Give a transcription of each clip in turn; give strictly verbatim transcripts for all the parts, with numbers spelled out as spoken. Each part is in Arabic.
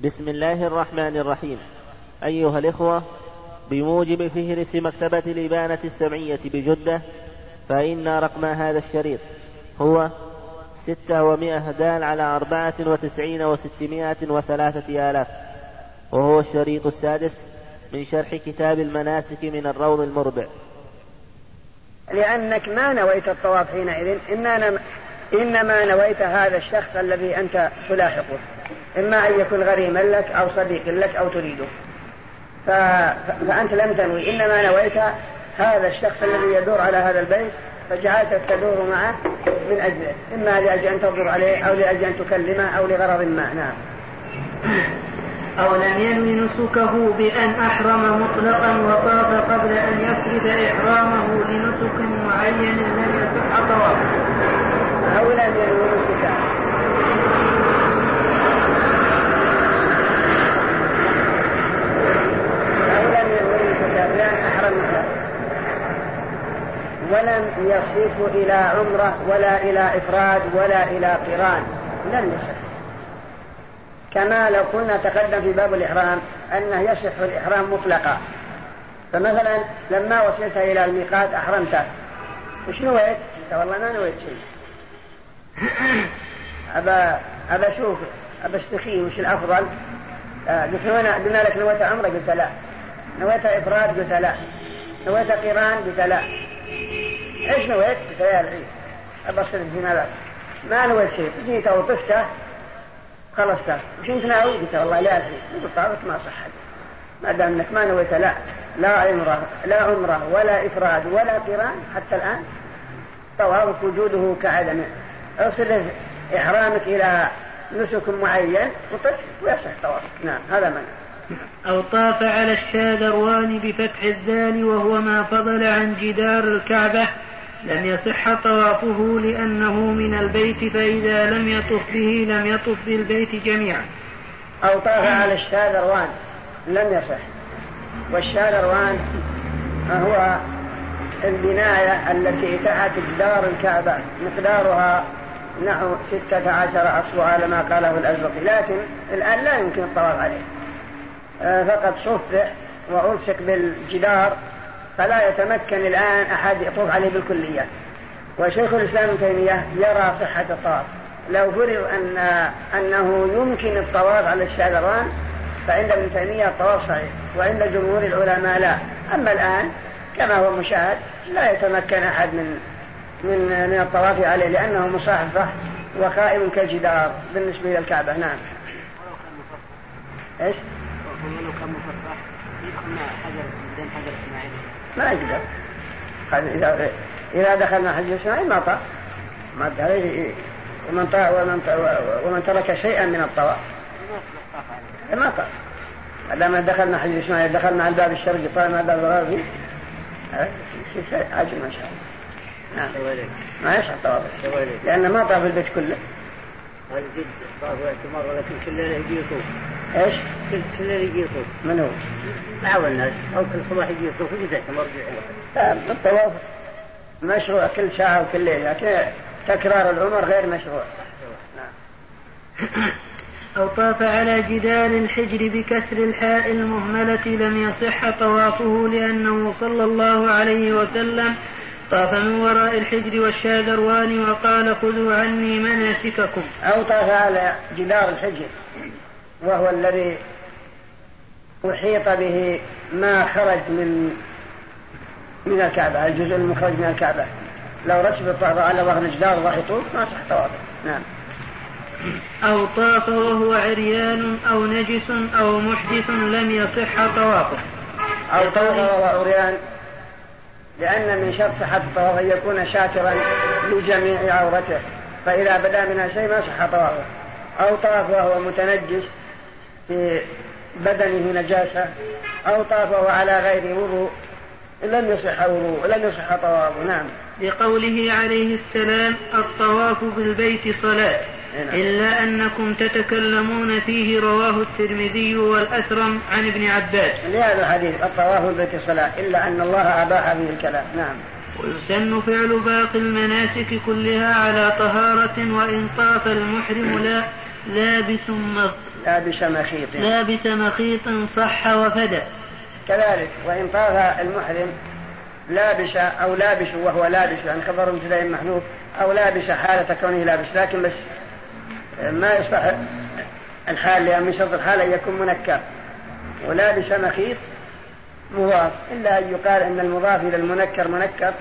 بسم الله الرحمن الرحيم. أيها الإخوة، بموجب فهرس مكتبة الإبانة السمعية بجدة، فإن رقم هذا الشريط هو ستة ومائة دال على أربعة وتسعين وستمائة وثلاثة آلاف، وهو الشريط السادس من شرح كتاب المناسك من الروض المربع. لأنك ما نويت الطواف حينئذ، إنما نويت هذا الشخص الذي أنت تلاحقه، إما أن يكون غريما لك أو صديق لك أو تريده، ف... فأنت لم تنوي، إنما نويت هذا الشخص الذي يدور على هذا البيت، فجعلتك تدور معه من أجله، إما لأجل أن تنظر عليه أو لأجل أن تكلمه أو لغرض ما. نعم. أو لم ينوي نسكه بأن أحرم مطلقا وطاف قبل أن يصرف إحرامه لنسك معين لم يصح طوافه. أو لم ينوي نسكه أو لم ينوي نسكه بأن أحرم مطلقا ولم يصرف إلى عمره ولا إلى إفراد ولا إلى قران، لم يصح. كما لو كنا تقدم في باب الإحرام أنه يصح الإحرام مطلقا، فمثلا لما وصلت إلى الميقات أحرمت، وش نويت؟ والله ما نويت شيء، أبا أبا أشوف أبا استخي وش الأفضل. آه قلنا لك نويت عمره، قلت لا. نويت إفراد، قلت لا. نويت قران، قلت لا. إيش نويت؟ قلت يا العيد أبا أصرف في مالك، ما نويت شيء. جيت وطفته خلصت، وش انت ناوي؟ قلت والله لا الحين. قلت طابت ما صح، ما دام انك ما نويت لا لا عمره لا عمره ولا افراد ولا قران حتى الان، طوافك وجوده كعدمه. اصرف احرامك الى نسك معين وطف ويصح طوافك. نعم، هذا معنى. أو طاف على الشاذروان بفتح الذال وهو ما فضل عن جدار الكعبة لم يصح طوافه لأنه من البيت، فإذا لم يطف به لم يطف بالبيت جميعا. أو طاف على الشاذروان لم يصح. والشاذروان هو البناية التي تحت جدار الكعبة، مقدارها نحو ستة عشر أصبعا لما قاله الأزرقي، لكن الآن لا يمكن الطواف عليه، فقد صفح وألصق بالجدار، فلا يتمكن الآن أحد يطوف عليه بالكلية. وشيخ الإسلام ابن تيمية يرى صحة الطواف، لو فرض أن أنه يمكن الطواف على الشاذروان فعند ابن تيمية الطواف صحيح، وعند جمهور العلماء لا. أما الآن كما هو مشاهد لا يتمكن أحد من من من الطواف عليه، لأنه مصاحفة وقائم كالجدار بالنسبة إلى الكعبة. نعم. إيش؟ ولو كان مفرح يدخلنا حجر بين حجر إسماعيل ما يقدر. إذا إذا دخلنا حجر إسماعيل ما طاف، ما عليه. ومن طاف ومن ومن ترك شيئا من الطواف ما طاف. لما دخلنا حجر إسماعيل دخلنا على الباب الشرقي، طالما الباب الغربي شيء عجل ما شاء الله. نعم. ما يصح طواف لأن ما طاف البيت كله. هذا جد طاف واعتمار، ولكن كل اللي يجي يطوف. إيش؟ كل كل اللي يجي يطوف. من هو؟ بعض الناس أو كل صباح يجي يطوف ويجي يعتمر لا، الطواف مشروع كل ساعة وكل ليلة، لكن تكرار العمر غير مشروع. نعم. أو طاف على جدار الحجر بكسر الحاء المهملة لم يصح طوافه، لأنه صلى الله عليه وسلم طاف من وراء الحجر والشاذروان وقال خذوا عني مناسككم. أو طاف على جدار الحجر وهو الذي أحيط به ما خرج من من الكعبة، الجزء المخرج من الكعبة. لو ركب الطواف على ظهر الجدار راح يطوف ما صح طوافه. نعم. أو طاف وهو عريان أو نجس أو محدث لم يصح طوافه. أو طاف وهو عريان، لأن من شرط صحة الطواف أن يكون شاكرا لجميع عورته، فإذا بدا منها شيء ما صح طوافه. أو طاف وهو متنجس في بدنه نجاسة، أو طاف وهو على غير وضوء لم يصح وضوء لم يصح طوافه. نعم. لقوله عليه السلام الطواف بالبيت صلاة، إلا أنكم تتكلمون فيه، رواه الترمذي والأثرم عن ابن عباس. لهذا الحديث الطواف بالبيت صلاة، إلا أن الله أباح فيه الكلام. نعم. ويسن فعل باقي المناسك كلها على طهارة، وإن طاف المحرم لا لابس لابس مخيط لابس مخيط صح وفدى. كذلك وإن طاف المحرم لابس أو لابس وهو لابس يعني خبر مبتدأ محذوف أو لابس حالة كونه لابس، لكن بس ما يصح الحال لأن من شرط الحال أن يكون منكر، ولابس مخيط مضاف إلا أن يقال أن المضاف إلى المنكر منكر.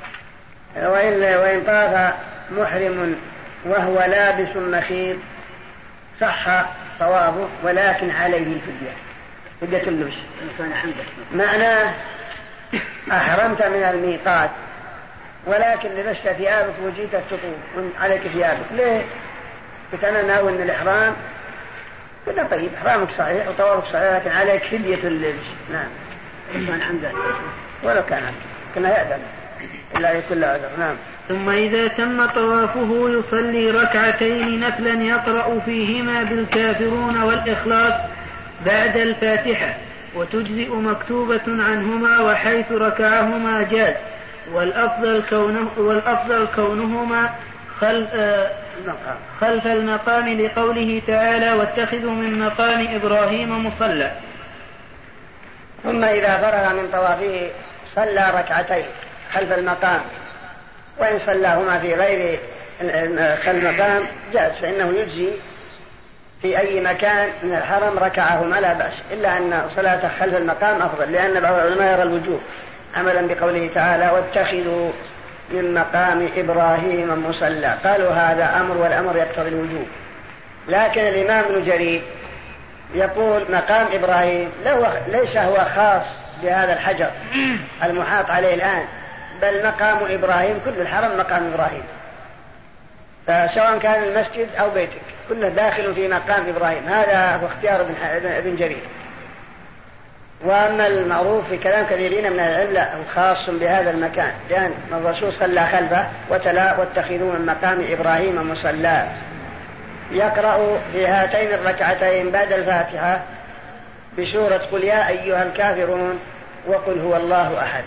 وإن طاف محرم وهو لابس مخيط صح طوافه ولكن عليه الفدية، فدية اللبس. معناه أحرمت من الميقات ولكن لبست ثيابك وجيت تطوف عليك ثيابك، ليه؟ قلت أنا ناوي أن الإحرام، قلنا طيب إحرامك صحيح وطوافك صحيح لكن عليك فدية اللبس. نعم كان عنده ولو كان عنده كنا يأذن إلا يكون له عذر. نعم. ثم إذا تم طوافه يصلي ركعتين نفلا يقرأ فيهما بالكافرون والإخلاص بعد الفاتحة، وتجزئ مكتوبة عنهما وحيث ركعهما جاز، والأفضل كونه والأفضل كونهما خلف, خلف المقام لقوله تعالى واتخذوا من مقام إبراهيم مصلى. ثم إذا فرغ من طوافه صلى ركعتين خلف المقام، وإن صلاهما في غير خلف المقام جاز، فإنه يجزي في أي مكان من الحرم ركعهما لا بأس، إلا أن صلاة خلف المقام أفضل، لأن بعض العلماء يرى الوجوب عملا بقوله تعالى واتخذوا من مقام إبراهيم مصلى، قالوا هذا أمر والأمر يقتضي الوجوب. لكن الإمام ابن جرير يقول مقام إبراهيم ليس هو خاص بهذا الحجر المحاط عليه الآن، بل مقام إبراهيم كل الحرم مقام إبراهيم، فسواء كان المسجد أو بيتك كله داخل في مقام إبراهيم. هذا هو اختيار ابن جرير. وأما المعروف في كلام كثيرين من العلم لا هو خاص بهذا المكان، لأن الرسول صلى خلفه وتلا واتخذوا من مقام إبراهيم مصلى. يقرأ في هاتين الركعتين بعد الفاتحة بسورة قل يا أيها الكافرون وقل هو الله أحد.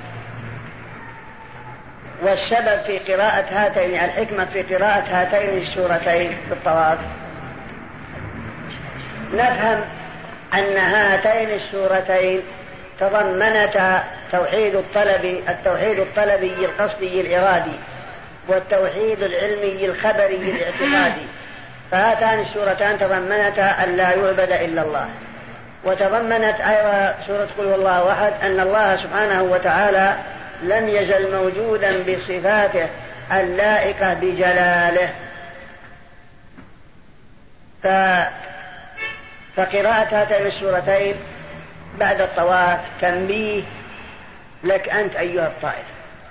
والسبب في قراءة هاتين الحكمة في قراءة هاتين السورتين في الطواف نفهم أن هاتين السورتين تضمنتا توحيد الطلب التوحيد الطلبي القصدي الإرادي والتوحيد العلمي الخبري الاعتقادي. فهاتان السورتان تضمنتا أن لا يعبد إلا الله، وتضمنت أيضا سورة قل هو الله أحد أن الله سبحانه وتعالى لم يزل موجودا بصفاته اللائقة بجلاله. ف... فقراءة هاتين السورتين بعد الطواف تنبيه لك أنت أيها الطائف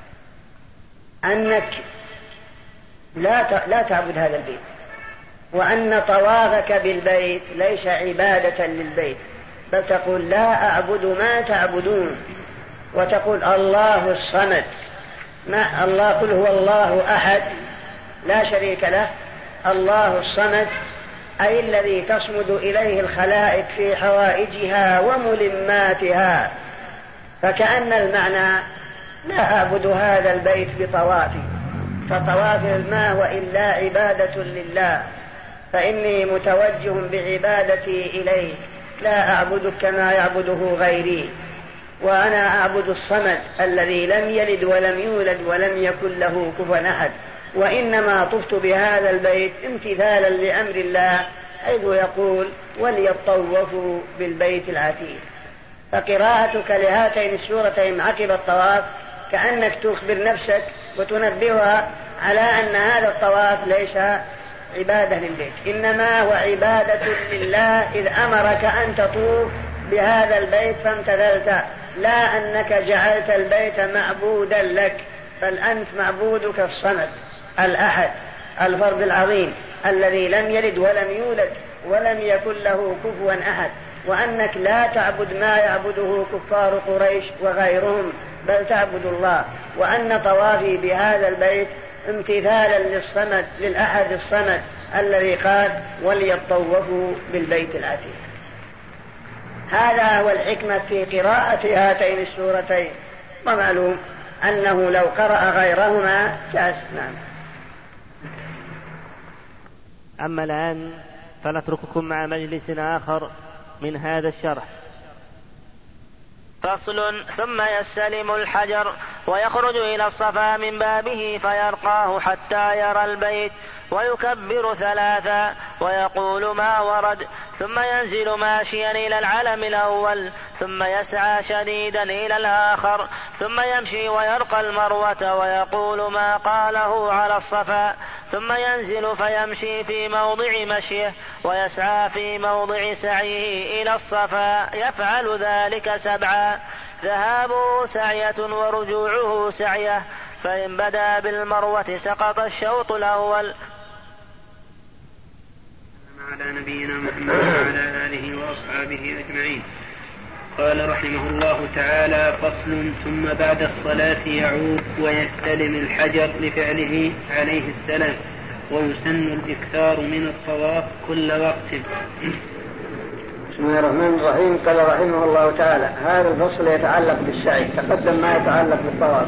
أنك لا ت... لا تعبد هذا البيت، وأن طوافك بالبيت ليس عبادة للبيت، بل تقول لا أعبد ما تعبدون، وتقول الله الصمد ما الله قل هو الله أحد لا شريك له، الله الصمد أي الذي تصمد إليه الخلائق في حوائجها وملماتها. فكأن المعنى لا أعبد هذا البيت بطوافي، فطوافي ما هو إلا عبادة لله، فإني متوجه بعبادتي إليه، لا أعبدك كما يعبده غيري، وأنا أعبد الصمد الذي لم يلد ولم يولد ولم يكن له كفوا أحد. وإنما طفت بهذا البيت امتثالا لأمر الله حيث يقول وليطوفوا بالبيت العتيق. فقراءتك لهاتين السورتين عقب الطواف كأنك تخبر نفسك وتنبهها على أن هذا الطواف ليس عبادة للبيت، إنما هو عبادة لله، إذ أمرك أن تطوف بهذا البيت فامتثلت، لا أنك جعلت البيت معبودا لك، بل أنت معبودك الصمد الأحد الفرد العظيم الذي لم يلد ولم يولد ولم يكن له كفوا أحد، وأنك لا تعبد ما يعبده كفار قريش وغيرهم، بل تعبد الله، وأن طوافي بهذا البيت امتثالا للصمد للأحد الصمد الذي قال وليطوفوا بالبيت العتيق. هذا هو الحكمة في قراءة هاتين السورتين، ومعلوم أنه لو قرأ غيرهما جاز. نعم. أما الآن فنترككم مع مجلس آخر من هذا الشرح. فصل. ثم يستلم الحجر ويخرج إلى الصفا من بابه فيرقاه حتى يرى البيت ويكبر ثلاثا ويقول ما ورد، ثم ينزل ماشيا إلى العلم الأول، ثم يسعى شديدا إلى الآخر، ثم يمشي ويرقى المروة ويقول ما قاله على الصفا، ثم ينزل فيمشي في موضع مشيه ويسعى في موضع سعيه إلى الصفا، يفعل ذلك سبعا، ذهابه سعية ورجوعه سعية، فإن بدا بالمروة سقط الشوط الأول. على نبينا محمد وعلى آله وأصحابه أجمعين. قال رحمه الله تعالى: فصل. ثم بعد الصلاة يعود ويستلم الحجر لفعله عليه السلام، ويسن الإكثار من الطواف كل وقت. بسم الله الرحمن الرحيم. قال رحمه الله تعالى: هذا الفصل يتعلق بالسعي، تقدم ما يتعلق بالطواف.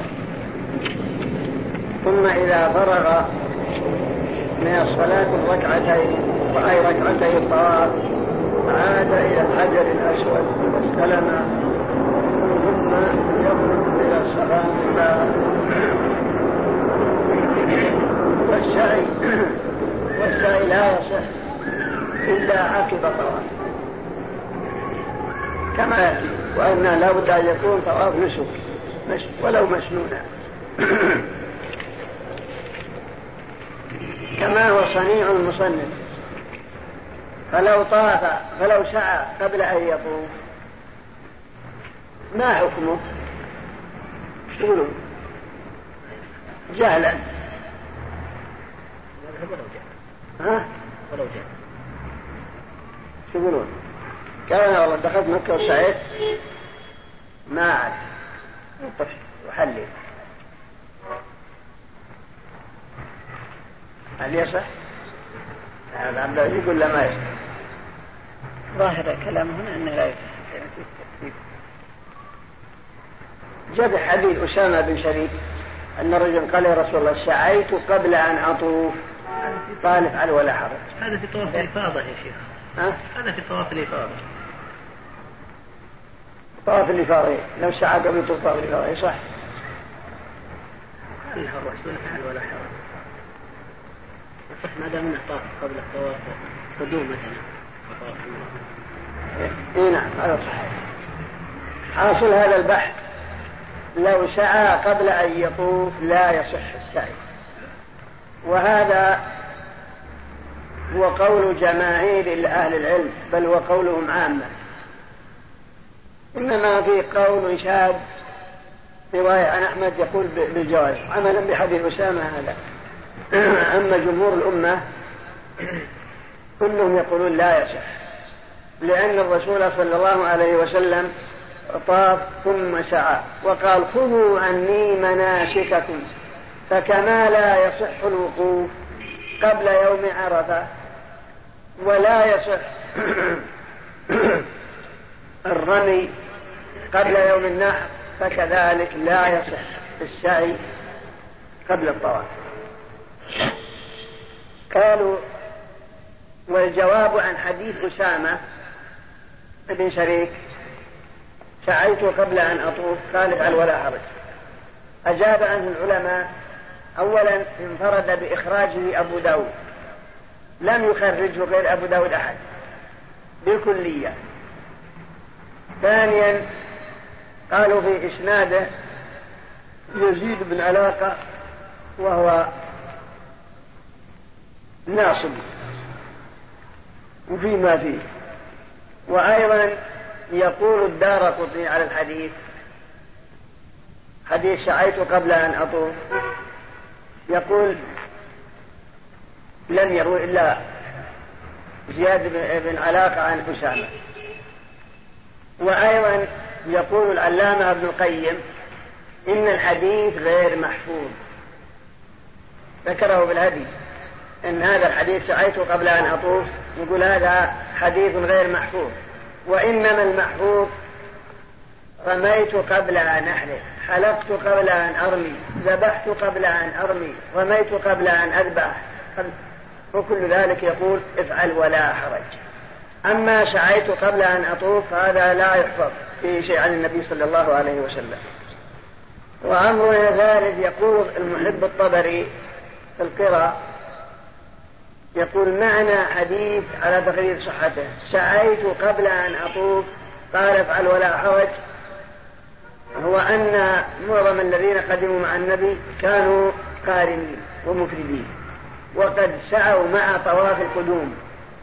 ثم إذا فرغ من الصلاة الركعتين وأي ركعتي الطواف عاد إلى الحجر الأسود واستلم، ثم يخرج إلى الصفا من بابه. والسعي والسعي لا يصح إلا عقب طواف كما يأتي، وأن لا بد أن يكون طواف نسك ولو مسنونا كما هو صنيع المصنف. فلو طاف فلو سعى قبل أن يطوف ما حكمه؟ يقولون جهلا. ها؟ ولو جهل يقولون كان والله دخلت مكة وسعيت ما عاد طفل وحلل، هل يصح؟ هذا عبد الله يقول لا ما يصح. ظاهر كلامه هنا أنه لا يصح. جاء حديث أسامة بن شريك أن رجل قال: يا رسول الله سعيت قبل أن أطوف، قال: افعل ولا حرج. هذا في طواف الإفاضة يا شيخ. ها؟ هذا في طواف الإفاضة. طواف الإفاضة لو سعى قبل يطوف طواف الإفاضة يصح. قال له الرسول: افعل ولا حرج. صح ما دام انه طاف قبل الطواف قدوم مثلا. اي نعم هذا صحيح. حاصل هذا البحث لو سعى قبل ان يطوف لا يصح السعي، وهذا هو قول جماهير اهل العلم، بل هو قولهم عامه. انما في قول شاذ روايه عن احمد يقول بالجواز عملا بحديث اسامه هذا. أما جمهور الأمة كلهم يقولون لا يصح، لأن الرسول صلى الله عليه وسلم طاف ثم سعى وقال: خذوا عني مناسككم، فكما لا يصح الوقوف قبل يوم عرفة ولا يصح الرمي قبل يوم النحر، فكذلك لا يصح السعي قبل الطواف. قالوا: والجواب عن حديث أسامة بن شريك سعيت قبل أن أطوف قال: افعل ولا حرج. أجاب عنه العلماء: أولا انفرد بإخراجه أبو داود، لم يخرجه غير أبو داود أحد بالكلية. ثانيا قالوا في إسناده يزيد بن علاقة وهو ناصب وفيما فيه. وأيضا يقول الدارقطني على الحديث حديث سعيت قبل أن أطوف، يقول لم يروي إلا زياد بن علاقة عن أسامة. وأيضا يقول العلامة ابن القيم إن الحديث غير محفوظ، ذكره بالهدي إن هذا الحديث سعيت قبل أن أطوف، يقول هذا حديث غير محفوظ، وإنما المحفوظ رميت قبل أن أحلق، حلقت قبل أن أرمي، ذبحت قبل أن أرمي، رميت قبل أن أذبح، وكل ذلك يقول افعل ولا حرج. أما سعيت قبل أن أطوف هذا لا يحفظ فيه شيء عن النبي صلى الله عليه وسلم. وأمر ذلك يقول المحب الطبري في القراء يقول معنى حديث على تقرير صحته سعيت قبل أن أطوف قال افعل ولا حرج هو أن معظم الذين قدموا مع النبي كانوا قارنين ومفردين وقد سعوا مع طواف القدوم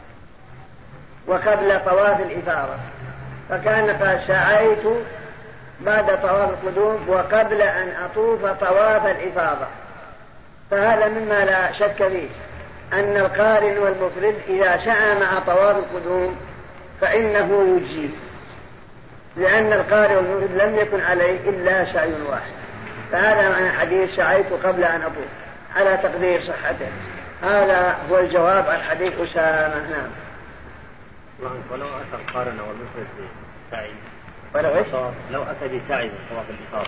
وقبل طواف الإفاضة، فكان قد سعيت بعد طواف القدوم وقبل أن أطوف طواف الإفاضة. فهذا مما لا شك فيه أن القارن والمفرد إذا سعى مع طواف القدوم فإنه يجزي، لأن القارن والمفرد لم يكن عليه إلا سعي واحد. فهذا معنى حديث سعيت قبل أن أطوف على تقدير صحته. هذا هو الجواب عن حديث أسامة. نعم. ولو أتى القارن والمفرد بسعي ولو إيش؟ لو أتى بسعي طواف الإفاضة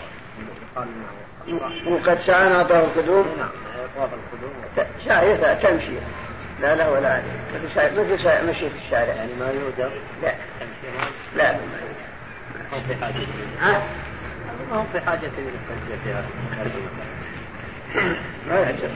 وقد سعى مع طواف القدوم. نعم طواف القدوم سعي تمشي لا لا ولا عليه مثل سعي مشي في الشارع يعني ما يؤجر. لا لا ما هم في حاجة ها هم في حاجة للتنزيه فيها خارج المكان ما يعجب.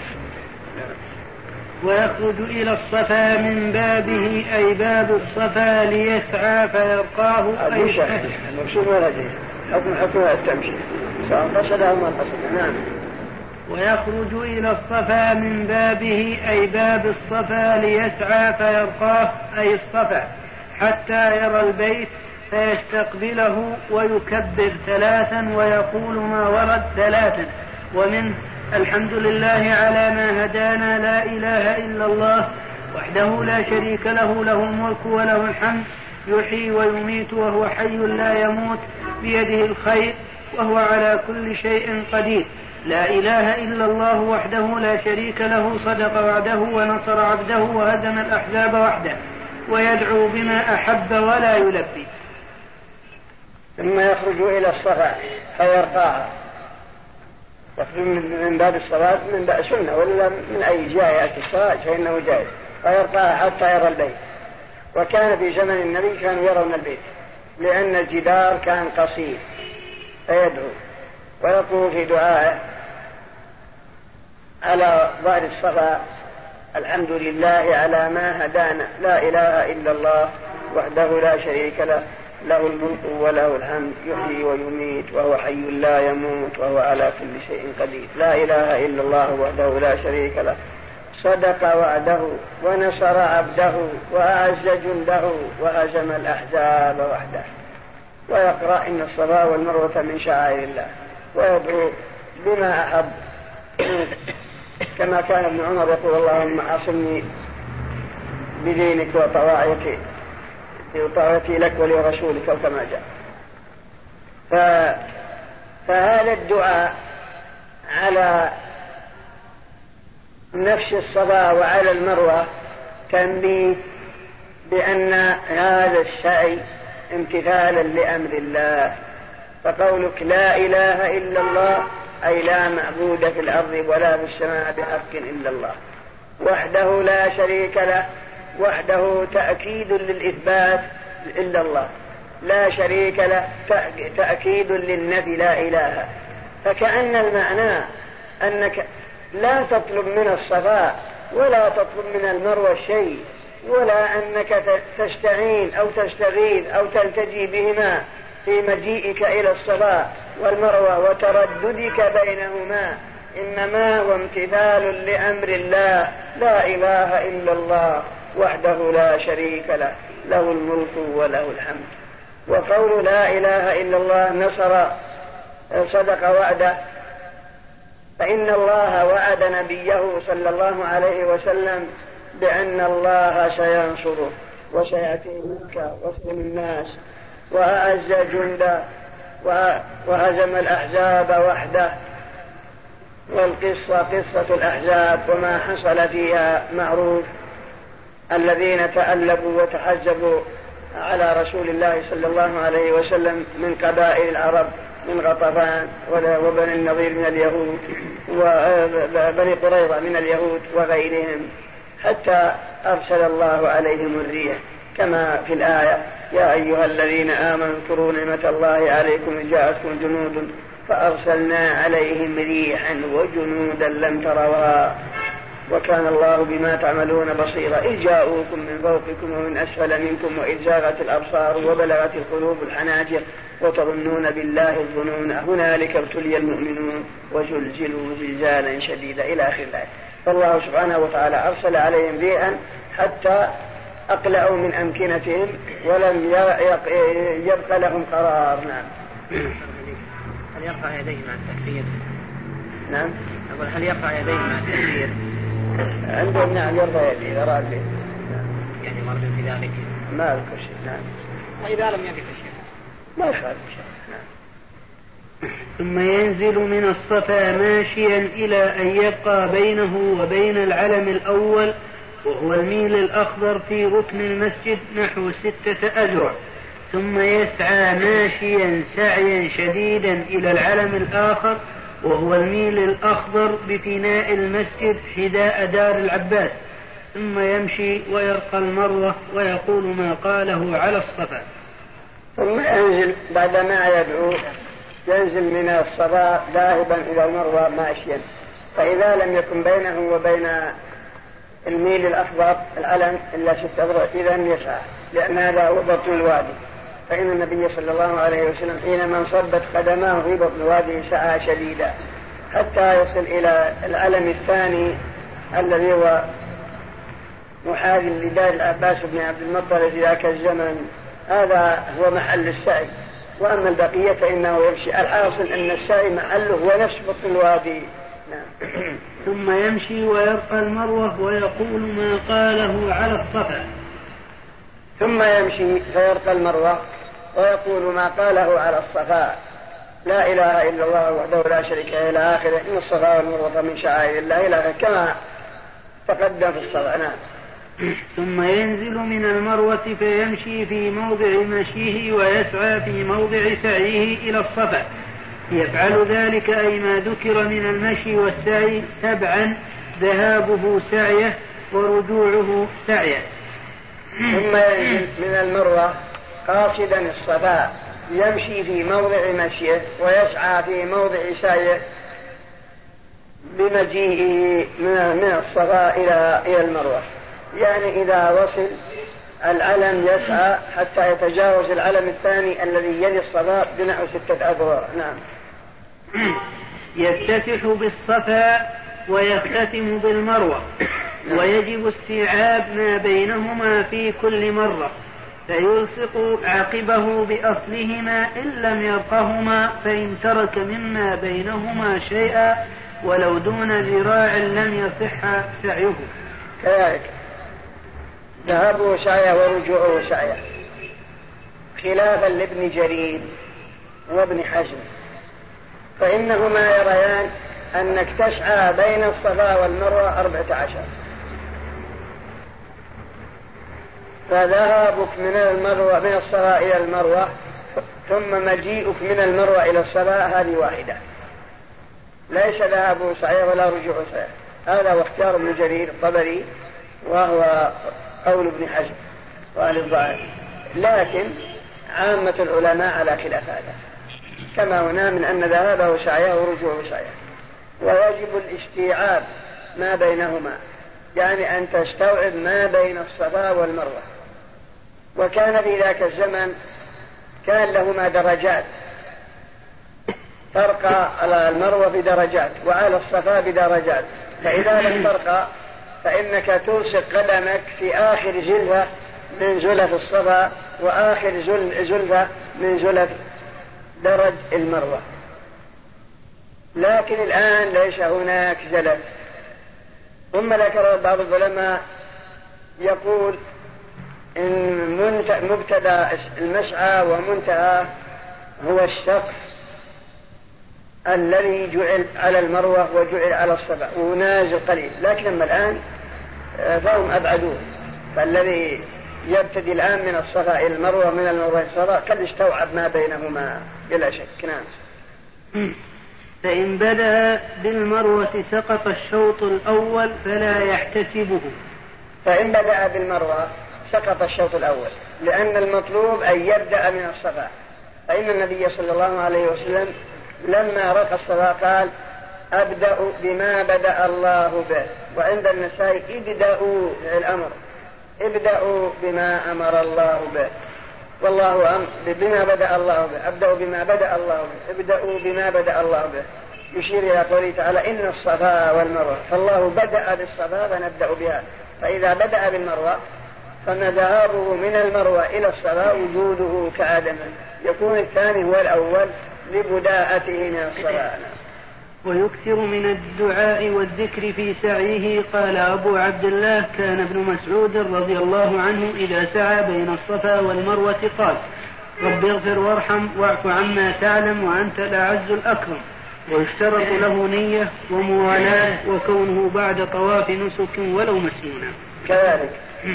ويخرج إلى الصفا من بابه أي باب الصفا ليسعى فيرقاه أي المقصود ولا جيد حكم حكم التمشي سواء قصد أو ما قصد. نعم. ويخرج إلى الصفا من بابه أي باب الصفا ليسعى فيرقاه أي الصفا حتى يرى البيت فيستقبله ويكبر ثلاثا ويقول ما ورد ثلاثا ومنه الحمد لله على ما هدانا لا إله إلا الله وحده لا شريك له له الملك وله الحمد يحيي ويميت وهو حي لا يموت بيده الخير وهو على كل شيء قدير لا إله إلا الله وحده لا شريك له صدق وعده ونصر عبده وهزم الأحزاب وحده ويدعو بما أحب ولا يلبي. ثم يخرج إلى الصفا فيرقاها يخرج من باب الصلاة من باب سنة ولا من أي جهة يأتي الصلاة فإنه جائز فيرقاها حتى يرى البيت. وكان في زمن النبي كانوا يرون البيت لأن الجدار كان قصير فيدعو ويقول في دعائه على ظهر الصفا الحمد لله على ما هدانا لا إله إلا الله وحده لا شريك له له الملك وله الحمد يحيي ويميت وهو حي لا يموت وهو على كل شيء قدير لا إله إلا الله وحده لا شريك له صدق وعده ونصر عبده وأعز جنده وهزم الأحزاب وحده. ويقرأ إن الصفا والمروة من شعائر الله ويدعو بما أحب كما كان ابن عمر يقول اللهم عاصمني بدينك وطواعيك وطاعتي لك ولرسولك أو كما جاء. فهذا الدعاء على نفس الصفا وعلى المروة تنبيه بأن هذا السعي امتثالا لأمر الله. فقولك لا إله إلا الله أي لا معبود في الأرض ولا في السماء بحق إلا الله وحده لا شريك له وحده تأكيد للإثبات إلا الله لا شريك له تأكيد للنفي لا إله. فكأن المعنى أنك لا تطلب من الصفا ولا تطلب من المروة شيء ولا أنك تستعين أو تستغيث أو تلتجي بهما في مجيئك إلى الصفا والمروة وترددك بينهما إنما هو امتثال لأمر الله لا إله إلا الله وحده لا شريك له له الملك وله الحمد. وقول لا إله إلا الله نصر صدق وعده فإن الله وعد نبيه صلى الله عليه وسلم بأن الله سينصره وسيأتي مكة وسط الناس وأعز جنده وهزم الأحزاب وحده. والقصة قصة الأحزاب وما حصل فيها معروف الذين تألبوا وتحزبوا على رسول الله صلى الله عليه وسلم من قبائل العرب من غطفان وبني النضير من اليهود وبني قريظة من اليهود وغيرهم حتى أرسل الله عليهم الريح كما في الآية: يا أيها الذين آمنوا اذكروا نعمة الله عليكم إذ جاءتكم جنود فأرسلنا عليهم ريحا وجنودا لم تروها وكان الله بما تعملون بصيرا إذ جاءوكم من فوقكم ومن أسفل منكم وإذ زاغت الأبصار وبلغت القلوب الحناجر وتظنون بالله الظنون هنالك ابتلي المؤمنون وزلزلوا زلزالا شديدا إلى آخر الآية. فالله سبحانه وتعالى أرسل عليهم ريحا حتى أقلعوا من أمكنتهم ولم يبقى لهم قرار. نعم. هل يقع يديه مع التكبير؟ نعم. أقول هل يقع يديه مع التكبير؟ عندهم نعم يرضى يديه أراد به. يعني مرض في ذلك؟ ما أذكر شيء. نعم. وإذا لم يقف الشيء ما يخالف شيء. نعم. ثم ينزل من الصفا ماشيا إلى أن يبقى بينه وبين العلم الأول وهو الميل الأخضر في ركن المسجد نحو ستة أذرع، ثم يسعى ماشيا سعيا شديدا إلى العلم الآخر وهو الميل الأخضر بفناء المسجد حداء دار العباس، ثم يمشي ويرقى المروة ويقول ما قاله على الصفا. ثم ينزل بعدما يدعو ينزل من الصفا ذاهبا إلى المروة ماشيا، فإذا لم يكن بينه وبين الميل الأخضر العلم إلا ستة أذرع إذن يسعى، لأن هذا هو بطن الوادي. فإن النبي صلى الله عليه وسلم حينما انصبت قدماه في بطن الوادي سعى شديدا حتى يصل إلى العلم الثاني الذي هو محاذ لدار العباس بن عبد المطلب في ذاك الزمن، هذا هو محل السعي، وأما البقية فإنه يمشي. الحاصل أن السعي محله هو نفس بطن الوادي. نعم. ثم يمشي ويرقى المروة ويقول ما قاله على الصفا. ثم يمشي فيرقى المروة ويقول ما قاله على الصفا: لا إله إلا الله وحده لا شريك له إلى آخره، إن الصفا والمروة من شعائر الله إلى آخره كما تقدم في الصفا. نعم. ثم ينزل من المروة فيمشي في موضع مشيه ويسعى في موضع سعيه إلى الصفا، يفعل ذلك أي ما ذكر من المشي والسعي سبعا، ذهابه سعيه ورجوعه سعيه. ثم ينزل من المروة قاصدا الصفا يمشي في موضع مشيه ويسعى في موضع سعيه بمجيئه من الصفا إلى إلى المروة، يعني إذا وصل العلم يسعى حتى يتجاوز العلم الثاني الذي يلي الصفا بنحو ستة أذرع. نعم. يفتتح بالصفا ويختتم بالمروة، ويجب استيعاب ما بينهما في كل مرة، فيلصق عقبه بأصلهما إن لم يرقهما، فإن ترك مما بينهما شيئا ولو دون ذراع لم يصح سعيه. كذلك ذهابه سعيه ورجوعه سعيه، خلافا لابن جرير وابن حزم، فإنهما يريان أنك تسعى بين الصفا والمروة أربعة عشر، فذهابك من المروة من الصفا إلى المروة ثم مجيئك من المروة إلى الصفا هذه واحدة، ليس ذهابه سعيه ولا رجوعه سعيه. هذا هو اختيار ابن جرير الطبري وهو قول ابن حزم وأهل الظاهر، لكن عامة العلماء على خلاف هذا، كما هنا من أن ذهابه سعيه ورجوعه سعيه. ويجب الاستيعاب ما بينهما، يعني أن تستوعب ما بين الصفا والمروة. وكان في ذاك الزمن كان لهما درجات، ترقى على المروة بدرجات وعلى الصفا بدرجات، فإذا لم ترقى فإنك تلصق قدمك في آخر زلفة من زلف الصفا وآخر زلفة من زلف درج المروة. لكن الآن ليس هناك زلف. ثم ذكر بعض العلماء يقول إن مبتدأ المسعى ومنتهى هو السقف الذي جعل على المروة وجعل على الصفا ونازل قليل، لكن أما الآن فهم أبعدون، فالذي يبتدي الآن من الصفا إلى المروة من المروة إلى الصفا قد استوعب ما بينهما بلا شك. نعم. فإن بدأ بالمروة سقط الشوط الأول فلا يحتسبه، فإن بدأ بالمروة سقط الشوط الأول، لأن المطلوب أن يبدأ من الصفا. فإن النبي صلى الله عليه وسلم لما رقى الصفا قال أبدأ بما بدأ الله به، وعند النسائي ابدأوا الأمر، ابدأوا بما أمر الله به، والله أمر بما بدأ الله به، أبدأوا بما بدأ الله به، ابدأوا بما بدأ الله به، يشير إلى قوله تعالى إن الصفا والمروة، فالله بدأ بالصفا فنبدأ بها. فإذا بدأ بالمروة فمذهبه من المروة إلى الصفا وجوده كآدم، يكون الثاني هو الأول لبداءته من الصفا. ويكثر من الدعاء والذكر في سعيه. قال أبو عبد الله كان ابن مسعود رضي الله عنه إذا سعى بين الصفا والمروة قال رب اغفر وارحم واعف عما تعلم وأنت الأعز الأكرم. ويشترط له نية وموالاة وكونه بعد طواف نسك ولو مسنونا. كذلك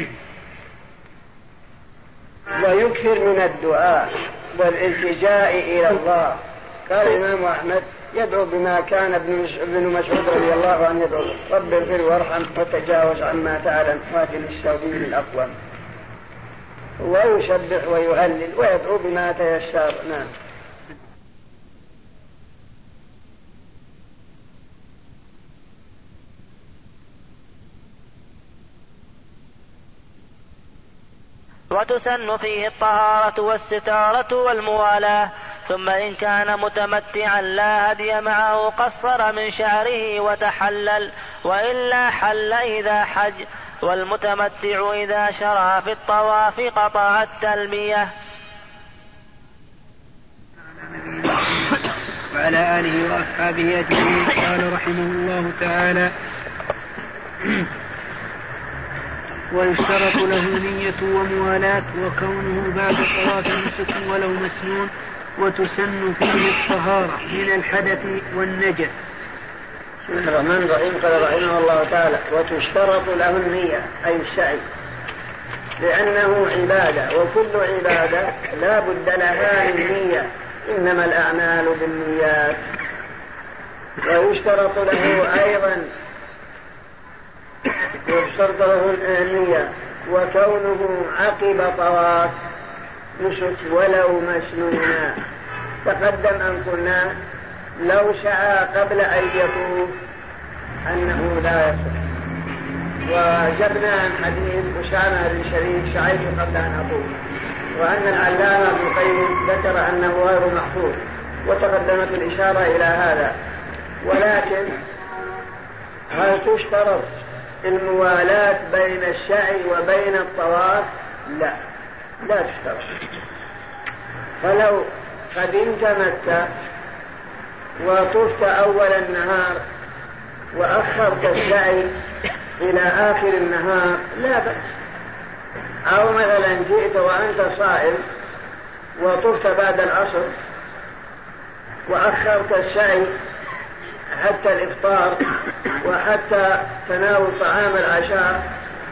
ويكثر من الدعاء والالتجاء إلى الله. قال الإمام أحمد يدعو بما كان ابن مسعود رضي الله عنه يدعو رب اغفر وارحم وتجاوز عما تعلم واهدنا السبيل الأقوم، ويسبح ويهلل ويدعو بما تيسر. نعم. وتسن فيه الطهارة والستارة والموالاة. ثم إن كان متمتعا لا هدي معه قصر من شعره وتحلل، وإلا حل إذا حج. والمتمتع إذا شرع في الطواف قطع التلبية. وعلى آله وأصحابه أجمعين. قال رحمه الله تعالى ويشترط له نية وموالاة وكونه بعد طواف نسك ولو مسنون. وتسن فيه الطهارة من الحدث والنجس. بسم الله الرحمن الرحيم. قال رحمه الله تعالى وتشترط له النية أي السعي، لأنه عبادة، وكل عبادة لا بد لها من نية، إنما الأعمال بالنيات. ويشترط له أيضا ويشترط له النية وكونه عقب طواف نسك ولو مسنونا. تقدم أن قلنا لو سعى قبل أن يطوف أنه لا يصح، وجبنا عن حديث أسامة بن شريك سعيت قبل أن أطوف، وأن العلامة ابن القيم ذكر أنه غير محفوظ، وتقدمت الإشارة إلى هذا. ولكن هل تشترط الموالاة بين السعي وبين الطواف؟ لا، لا تشترط. فلو قدمت مكة وطفت أول النهار وأخرت السعي إلى آخر النهار لا بأس. أو مثلا جئت وأنت صائم وطفت بعد العصر وأخرت السعي حتى الإفطار وحتى تناول طعام العشاء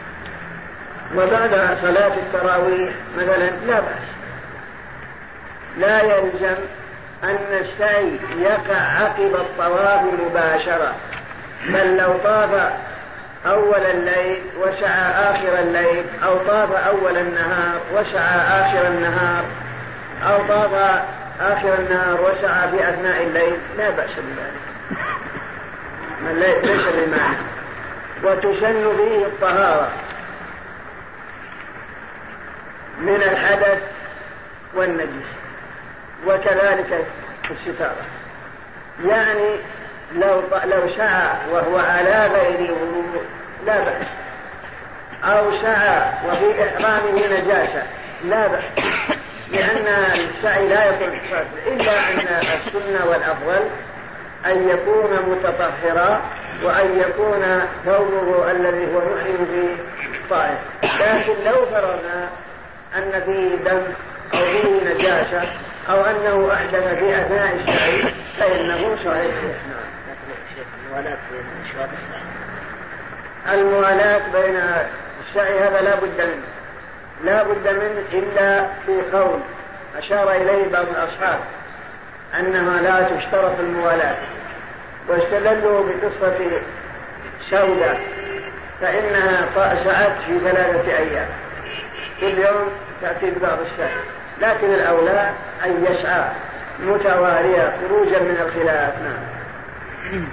وبعد صلاة التراويح مثلا لا بأس. لا يلزم أن السعي يقع عقب الطواف مباشرة، بل لو طاف أول الليل وسعى آخر الليل، أو طاف أول النهار وسعى آخر النهار، أو طاف آخر النهار وسعى في أثناء الليل لا بأس بذلك، ليس بمعنى. وتسن فيه الطهارة من الحدث والنجس، وكذلك الستارة. يعني لو لو سعى وهو على غير وضوء لا بأس، أو سعى وفي إحرامه نجاسة لا بأس، لأن السعي لا يكون حفاظ، إلا أن السنة والأفضل أن يكون متطهرا وأن يكون ثوبه الذي هو محرم فيه طاهر. لكن لو فرضنا أن فيه دم أو فيه نجاسة أو أنه أحدث في أثناء السعي فإنه صحيح. الموالاة بين السعي هذا لا بد منه، لا بد منه إلا في قول أشار إليه بعض الأصحاب أنها لا تشترط الموالاة، واستدلوا بقصة سودة فإنها سعت في ثلاثة أيام، كل يوم تأتي ببعض الشيء، لكن الأولى أن يسعى متوالية خروجا من الخلاف. نعم.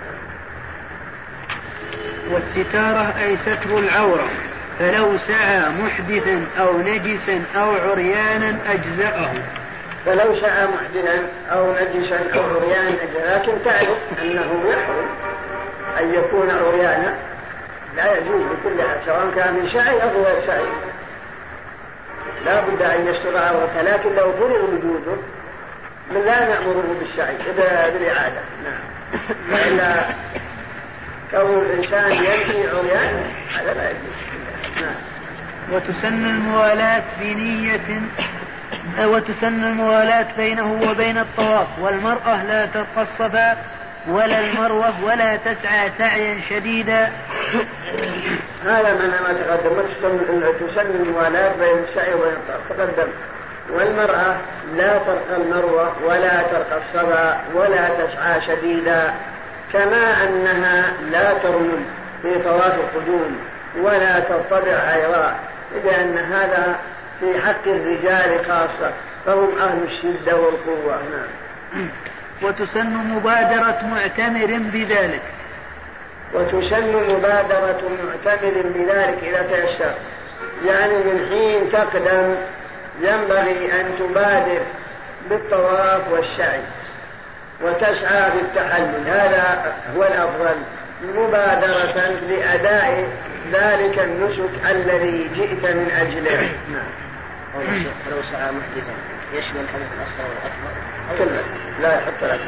والستارة أي ستر العورة، فلو سعى محدثا أو نجسا أو عريانا أجزأه. فلو سعى محدثا أو نجسا أو عريانا أجزأه، لكن تعرف أنه يحرم أن يكون عريانا، لا يجوز بكل حال سواء كان من شعي أو غير شعي، لا بد أن يستر عورته، لكن لو فرض وجوده من لا نأمره بالشعي بالإعادة. نعم. وإلا كون الإنسان يمشي عريانا هذا لا يجوز. نعم. وتسن الموالاة بنية وتسن الموالاة بينه وبين الطواف، والمرأة لا ترقى الصفا ولا المروة ولا تسعى سعيا شديدا. هذا من ما تقدم. تسن الموالاة بين السعي وبين الطواف تقدم. والمرأة لا ترقى المروة ولا ترقى الصفا ولا تسعى شديدا، كما أنها لا ترمل في طواف القدوم ولا ترتفع عيراء، لأن هذا في حق الرجال خاصة، فهم أهل الشدة والقوة. نعم. وتسن مبادرة معتمر بذلك. وتسن مبادرة معتمر بذلك إذا تيسر، يعني من حين تقدم ينبغي أن تبادر بالطواف والسعي وتسعى بالتحلل، هذا هو الأفضل مبادرة لأداء ذلك النسك الذي جئت من أجله. لو سعى محدثا يشمل الحدث الأصغر والأكبر كله، لا يحط الأكبر.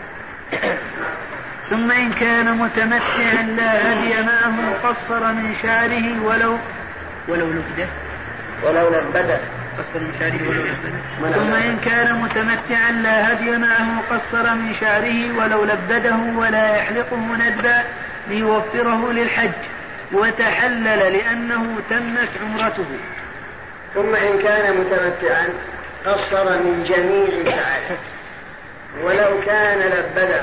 ثم إن كان متمتعا لا هدي معه قصر من شعره ولو ولو لبده ولو لبده قصر من شعره ولو لبده. ثم إن كان متمتعا لا هدي معه قصر من شعره ولو لبده ولا يحلقه ندبا ليوفره للحج، وتحلل لأنه تمت عمرته. ثم إن كان متمتعا قصر من جميع شعره، ولو كان لبده،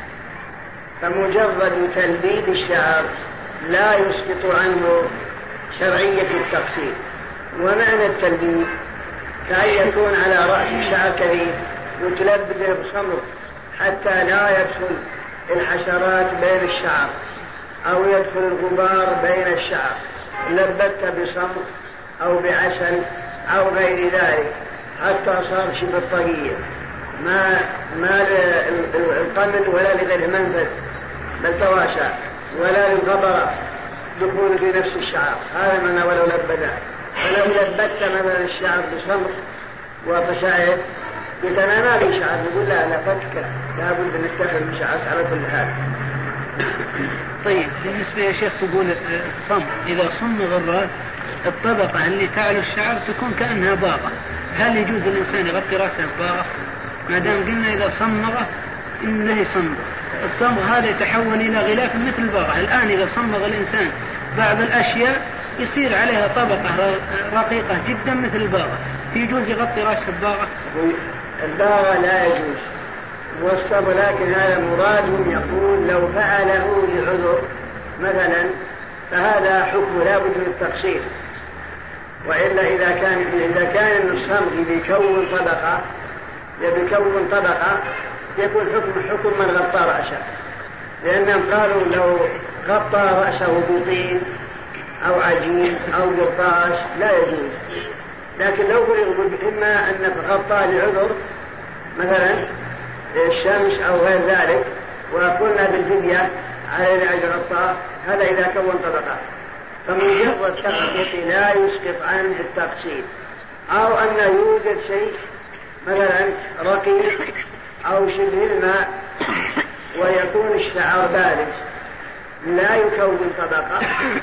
فمجرد تلبيد الشعر لا يسقط عنه شرعية التقصير. ومعنى التلبيد كأن يكون على رأس الشعر كبير يتلبد بصمر حتى لا يدخل الحشرات بين الشعر أو يدخل الغبار بين الشعر، لبدت بصمر أو بعسل أو غير ذلك حتى صار شبه الطريق، ما ما القمل ولا لغير منفذ بل تواشى، ولا للغبرة دخول في نفس الشعر، هذا من ولو لبدا. فلو لبدت مثلا الشعر بصمر وفشائر قلت ما في شعر، يقول لا لا فتك، لا بد ان نتخذ من شعر على كل حال. طيب بالنسبة يا شيخ تقول الصمغ إذا صمغ الرأس الطبقة اللي تعلو الشعر تكون كأنها باغة، هل يجوز الإنسان يغطي رأسه بباغة؟ ما دام قلنا إذا صمغه إنه صمغ، الصمغ هذا يتحول إلى غلاف مثل الباغة. الآن إذا صمغ الإنسان بعض الأشياء يصير عليها طبقة رقيقة جدا مثل الباغة، يجوز يغطي رأسه بباغة؟ الباغة لا يجوز والصبر، لكن هذا مراد يقول لو فعله لعذر مثلا فهذا حكم لا بد من التقصير. وإلا إذا كان إذا كان الصمغ بيكون طبقة يبيكون طبقة يكون حكم حكم من غطى رأسه، لأنهم قالوا لو غطى رأسه بطين أو عجين أو قرطاس لا يجوز. لكن لو فرض إما أن غطى لعذر مثلا الشمس أو غير ذلك وقلنا بالفدية على أجر غطاء، هذا إذا كون طبقات، فمجرد تغطية لا يسقط عنه التقسيم. أو أن يوجد شيء مثلا رقيق أو شبه الماء ويكون الشعر بارد لا يكون طبقة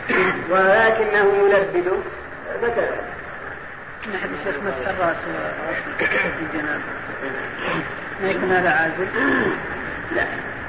ولكنه يلبد فكذا. نحن الشيخ مسح الرأس في الجناب ما يكون هذا عازل؟ لا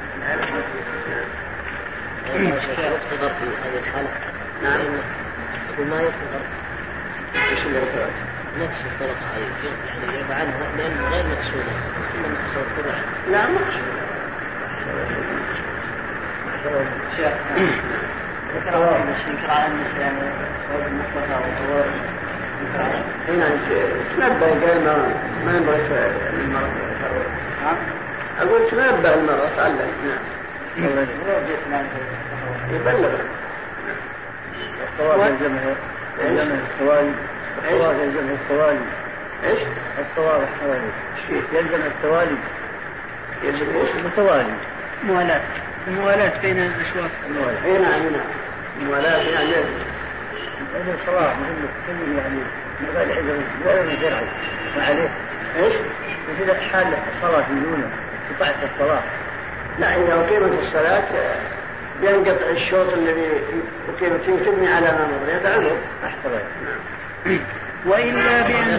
يختبر في هذه الحالة. نعم وما يختبر ايش اللي رفعه نفس الطريقة هذه يعني يرفع عنها لأنه غير مقصودة إنما حصل الطبع. لا ذكر ينكر على الناس يعني صوت المصطفى والطوار هنا تنبه قال ما ما ينبغي المرأة أقول تنبه المرأة تعلم. نعم يبلغ الطوال الجمع الجمع الطوال الطوال الجمع الطوال ايش الطوال الحوالي يلزم التوالي يلزم ايش التوالي موالاة الموالاة بين الأشواط. اي نعم نعم موالاة يعني هذا صلاة مهم كل يعني من غير عذر غير شرعي وعليه ايش مثل حال الصلاة دونه قطعت الصلاة. لا إذا أقيمت الصلاة ينقطع الشوط الذي أقيمت فيه تبني على ما مضى هذا عذر أحترم. نعم. وإلا بأن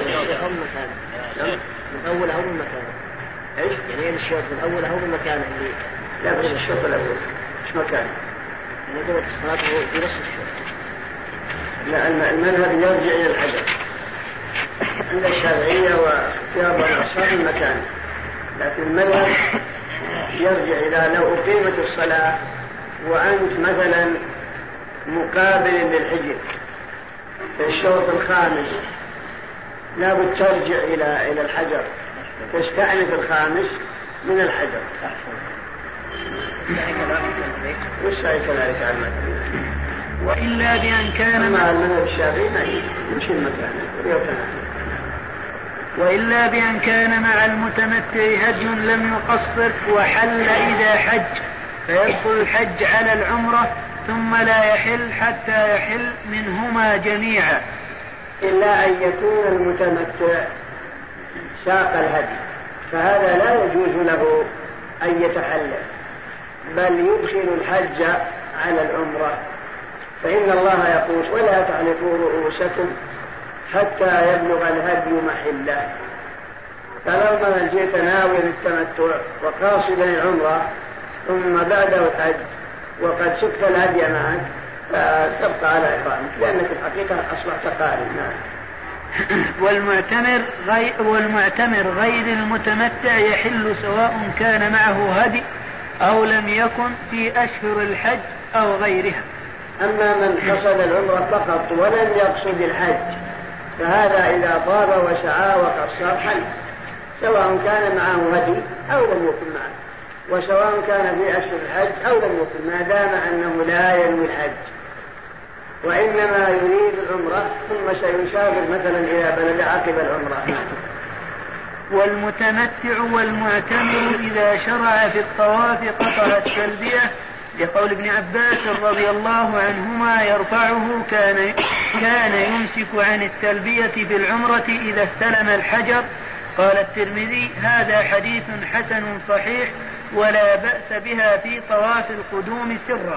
من أول أو من مكانه. إيش؟ يعني الشوط من أول أو من مكانه اللي لا بس الشوط الأول إيش مكانه؟ يعني قوة الصلاة هو في نصف الشوط. لا المذهب يرجع إلى الحجر عند الشافعية وفي بعض الأصحاب المكان، لكن المذهب يرجع إلى لو أقيمت الصلاة وأنت مثلا مقابل للحجر في الشوط الخامس لابد ترجع إلى إلى الحجر تستأنف الخامس من الحجر. والسعي كذلك على المذهب. وإلا بأن كان مع المذهب الشافعي ما يمشي المكان وإلا بأن كان مع المتمتع هدي لم يقصر وحل إذا حج فيدخل الحج على العمرة ثم لا يحل حتى يحل منهما جميعا، إلا أن يكون المتمتع ساق الهدي فهذا لا يجوز له أن يتحلل بل يدخل الحج على العمرة، فإن الله يقول ولا تعلقوا رؤوسكم حتى يبلغ الهدي محله. فلما جئت ناوي التمتع وقاصدا العمرة ثم بعده الحج وقد سكت الهدي معك فتبقى على إحرامك لأنك الحقيقة أصبحت قارن. والمعتمر غير, والمعتمر غير المتمتع يحل سواء كان معه هدي أو لم يكن في أشهر الحج أو غيرها. أما من قصد العمرة فقط ولم يقصد الحج فهذا إذا طاب وسعى وقصر حل سواء كان معه هدي أو لم يكن معه، وسواء كان في أشهر الحج أو لم يكن، ما دام أنه لا ينوي الحج وإنما يريد العمرة ثم سيسافر مثلا إلى بلد عقب العمرة. والمتمتع والمعتمر إذا شرع في الطواف قطع التلبية لقول ابن عباس رضي الله عنهما يرفعه كان كان يمسك عن التلبية بالعمرة إذا استلم الحجر. قال الترمذي هذا حديث حسن صحيح ولا بأس بها في طواف القدوم سرا.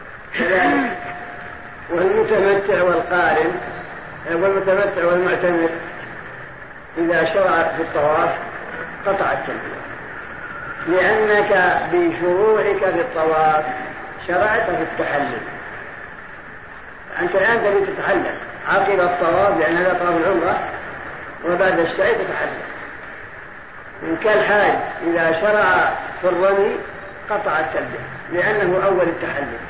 والمتمتع والقارن والمتمتع والمعتمر إذا شرع في الطواف قطع التلبية لأنك بشروعك في الطواف شرعت في التحلل. أنت الآن تريد تتحلل عقب الطواف لأن هذا طواف العمرة وبعد السعي تتحلل. إن كالحاج إذا شرع في الرمي قطع التلبية لأنه أول التحلل،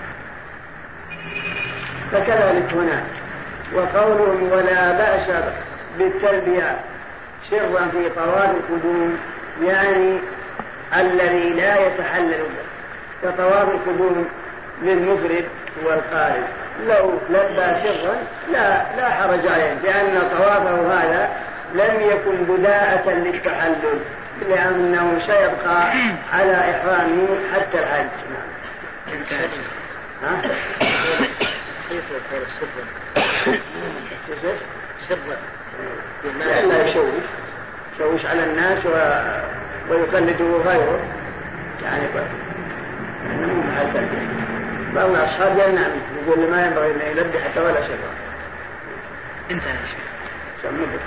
فكذلك هنا. وقولهم ولا بأس بالتلبية سرا في طواف القدوم يعني الذي لا يتحلل به كطواف القدوم للمفرد والقارن لو لبى سرا لا لا حرج عليه لأن طوافه هذا لم يكن بداءة للتحلل لأنه سيبقى على إحرامه حتى الحج. ها؟ لا يشوش يشوش على الناس و... ويقلده غيره يعني مو محل تلبية. بعض الأصحاب يمنع يقول ما ينبغي أن يلبي حتى ولا شيء. انتهى يا شيخ. سمده.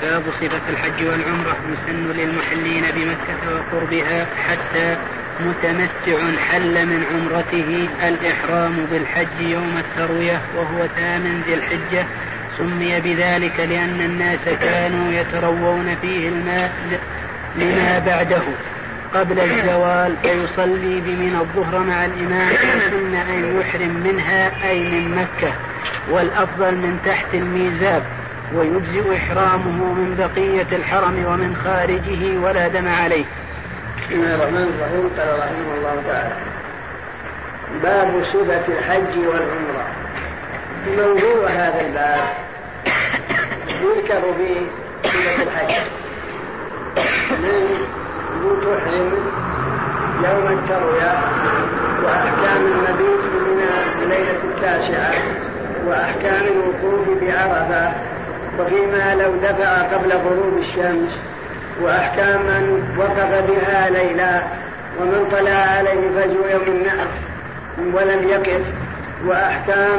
باب صفة الحج والعمرة. يسن للمحلين بمكة وقربها حتى متمتع حل من عمرته الإحرام بالحج يوم التروية وهو ثامن ذي الحجة. سمي بذلك لأن الناس كانوا يتروون فيه الماء لما بعده قبل الزوال فيصلي بمن الظهر مع الإمام. وسن أن يحرم منها أي من مكة، والأفضل من تحت الميزاب، ويجزئ إحرامه من بقية الحرم ومن خارجه ولا دم عليه. بسم الله الرحمن الرحيم. قال رحمه الله تعالى: باب صفة الحج والعمرة. موضوع هذا الباب يذكر فيه صفة الحج من تحرم يوم التروية وأحكام المبيت من ليلة التاسعة وأحكام الوقوف بعرفة وفيما لو دفع قبل غروب الشمس وأحكام من وقف بها ليلا ومن طلع عليه فجر يوم النحر ولم يقف وأحكام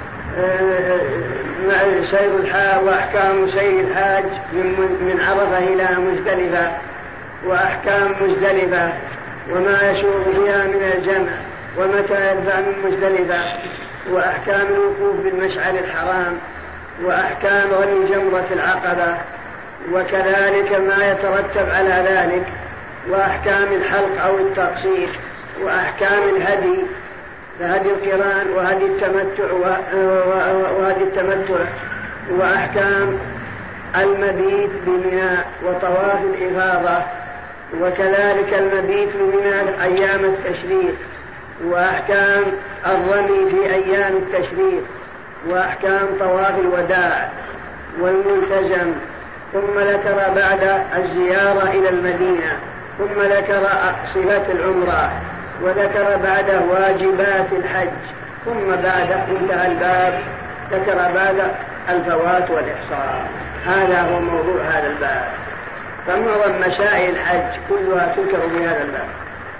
سير الحاج وأحكام سير الحاج من عرفة إلى مزدلفة وأحكام مزدلفة وما يشوف فيها من الجمع ومتى يرفع من مزدلفة وأحكام الوقوف بالمشعر الحرام وأحكام رمي جمرة العقبة وكذلك ما يترتب على ذلك وأحكام الحلق أو التقصير وأحكام الهدي فهدي القران وهدي التمتع وهدي التمتع وأحكام المبيت بمنى وطواف الإفاضة وكذلك المبيت بمنى أيام التشريق وأحكام الرمي في أيام التشريق وأحكام طواف الوداع والملتزم. ثم ذكر بعد الزيارة إلى المدينة ثم ذكر صفة العمرة وذكر بعد واجبات الحج ثم بعد انتهى الباب ذكر بعد الفوات والإحصار. هذا هو موضوع هذا الباب. فمعظم مسائل الحج كلها تذكر في هذا الباب،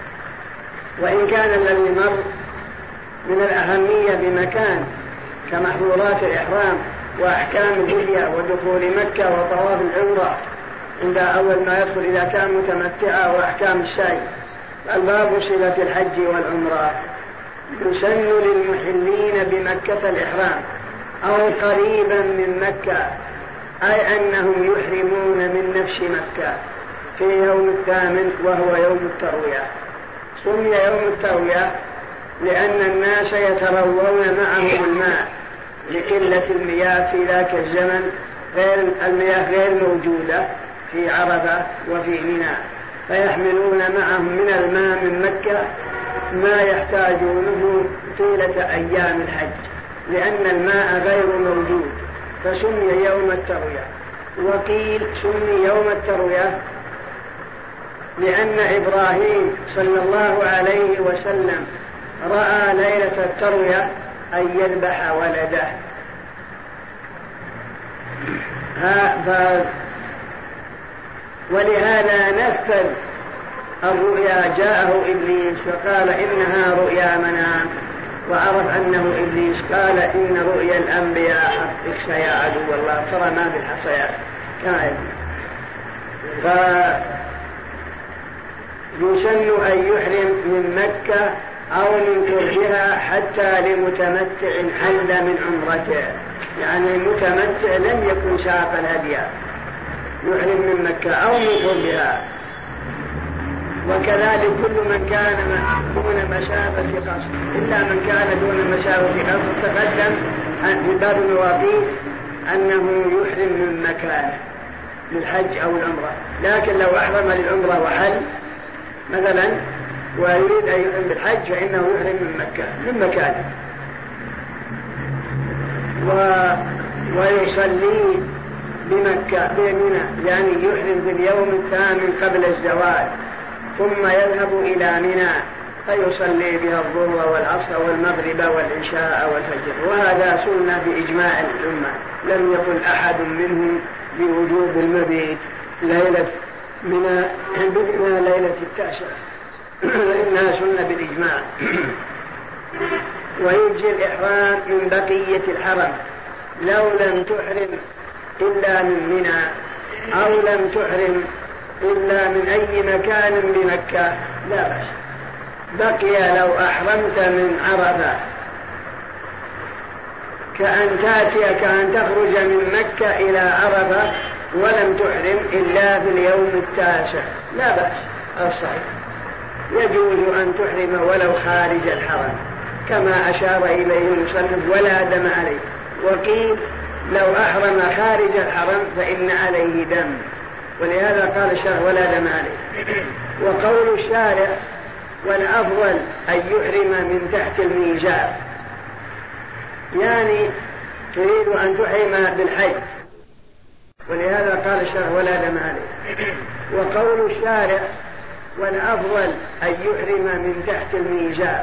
وإن كان الذي مر من الأهمية بمكان كمحظورات الإحرام وأحكام الهدية ودخول مكة وطواف العمرة عند أول ما يدخل إذا كان متمتعا وأحكام السعي. الباب صلة الحج والعمرة. يسن للمحلين بمكة الإحرام أو قريبا من مكة، أي أنهم يحرمون من نفس مكة في يوم الثامن وهو يوم التروية. سمي يوم التروية لأن الناس يتروون معهم الماء لقلة المياه في ذاك الزمن، غير المياه غير موجودة في عرفة وفي منى، فيحملون معهم من الماء من مكة ما يحتاجونه طيلة أيام الحج لأن الماء غير موجود، فسمي يوم التروية. وقيل سمي يوم التروية لأن إبراهيم صلى الله عليه وسلم رأى ليلة التروية أن يذبح ولده. ها ولهذا نفذ الرؤيا. جاءه إبليس وقال إنها رؤيا منام، وعرف أنه إبليس قال إن رؤيا الأنبياء حق. اخشى يا عدو الله ترى ما بالحصيات كائن. فيسن أن يحرم من مكة أو من قربها حتى لمتمتع حل من عمرته، يعني المتمتع لم يكن ساق الهدي يحرم من مكة أو من قربها. وكذلك كل من كان دون مسافة قصر إلا من كان دون مسافة قصر تقدم في باب المواقيت أنه يحرم من مكان للحج أو العمرة. لكن لو أحرم للعمرة وحل مثلا ويريد أن يحرم بالحج فإنه يحرم من مكة من مكانه و... ويصلي بمكة بمنى، يعني يحرم في اليوم الثامن قبل الزوال ثم يذهب إلى منى فيصلي بها الظهر والعصر والمغرب والعشاء والفجر. وهذا سنة بإجماع الأمة، لم يقل أحد منهم بوجوب المبيت ليلة منى بمنى ليلة التاسعة، إنها سنة بالإجماع. ويجزي الإحرام من بقية الحرم لو لم تحرم إلا من منى أو لم تحرم إلا من أي مكان بمكة لا بأس. بقي لو أحرمت من عرفة كأن تأتي كأن تخرج من مكة إلى عرفة ولم تحرم إلا في اليوم التاسع لا بأس. الصحيح يجوز أن تحرم ولو خارج الحرم كما أشار إليه المصنف ولا دم عليه. وقيل لو أحرم خارج الحرم فإن عليه دم، ولهذا قال الشارع ولا دم عليه. وقول الشارع والأفضل أن يحرم من تحت الميزاب، يعني تريد أن تحرم بالحج، ولهذا قال الشارع ولا دم عليه. وقول الشارع والأفضل أن يحرم من تحت الميزاب،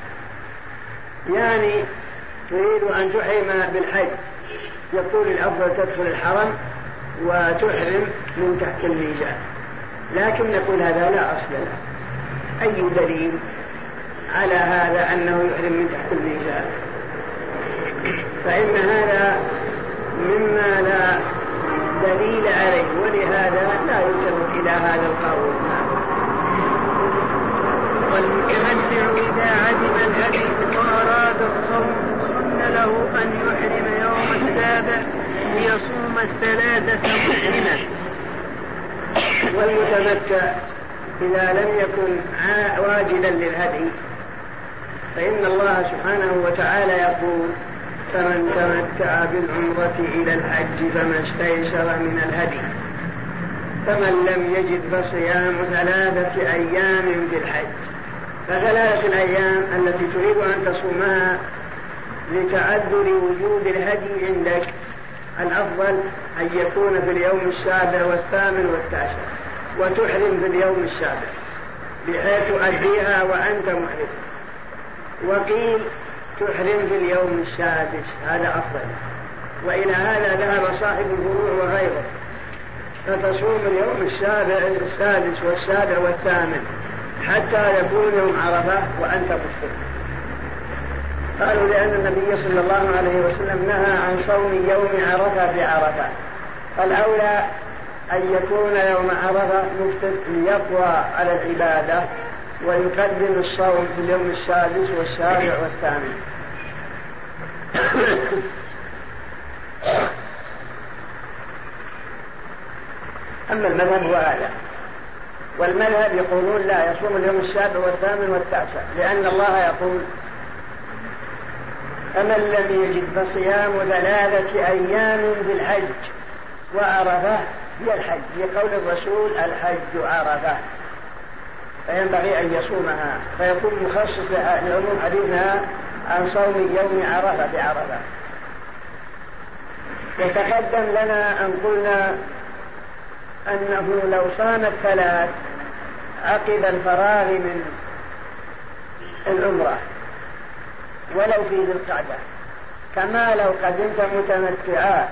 يعني تريد أن تحرم بالحج، يقول الأفضل تدخل الحرم وتحرم من تحت الميزاب، لكن نقول هذا لا أصل له. أي دليل على هذا أنه يحرم من تحت الميزاب؟ فإن هذا مما لا دليل عليه، ولهذا لا يلتفت إلى هذا القول. والمتمتع إذا عدم الهدي وأراد الصوم سن له أن يحرم يوم السابع ليصوم الثلاثة محرما. والمتمتع إذا لم يكن واجدا للهدي فإن الله سبحانه وتعالى يقول فمن تمتع بالعمرة إلى الحج فما استيسر من الهدي، فمن لم يجد فصيام ثلاثة أيام في الحج. فثلاثة الأيام التي تريد أن تصومها لتعذر وجود الهدي عندك الأفضل أن يكون في اليوم السابع والثامن والتاسع، وتحرم في اليوم السابع بحيث تؤديها وأنت محرم. وقيل تحرم في اليوم السادس، هذا أفضل. وإلى هذا ذهب صاحب الفروع وغيره، فتصوم اليوم السابع السادس والسابع والثامن حتى يكون يوم عرفة وأنت محرم. قالوا لأن النبي صلى الله عليه وسلم نهى عن صوم يوم عرفة بعرفة، فالأولى أن يكون يوم عرفة مفتد ليقوى على العبادة ويقدم الصوم في اليوم السادس والسابع والثامن. أما المذهب هو هذا، والمذهب يقولون لا، يصوم اليوم السابع والثامن والتاسع، لأن الله يقول فمن لم يجد فصيام ثلاثة أيام في الحج وعرفة هي الحج، لقول الرسول الحج عرفة، فينبغي أن يصومها، فيكون مخصص لعموم حديثنا عن صوم يوم عرفة بعرفة. وتقدم لنا أن قلنا أنه لو صام الثلاث عقب الفراغ من العمرة ولو في ذي القعدة، كما لو قدمت متمتعا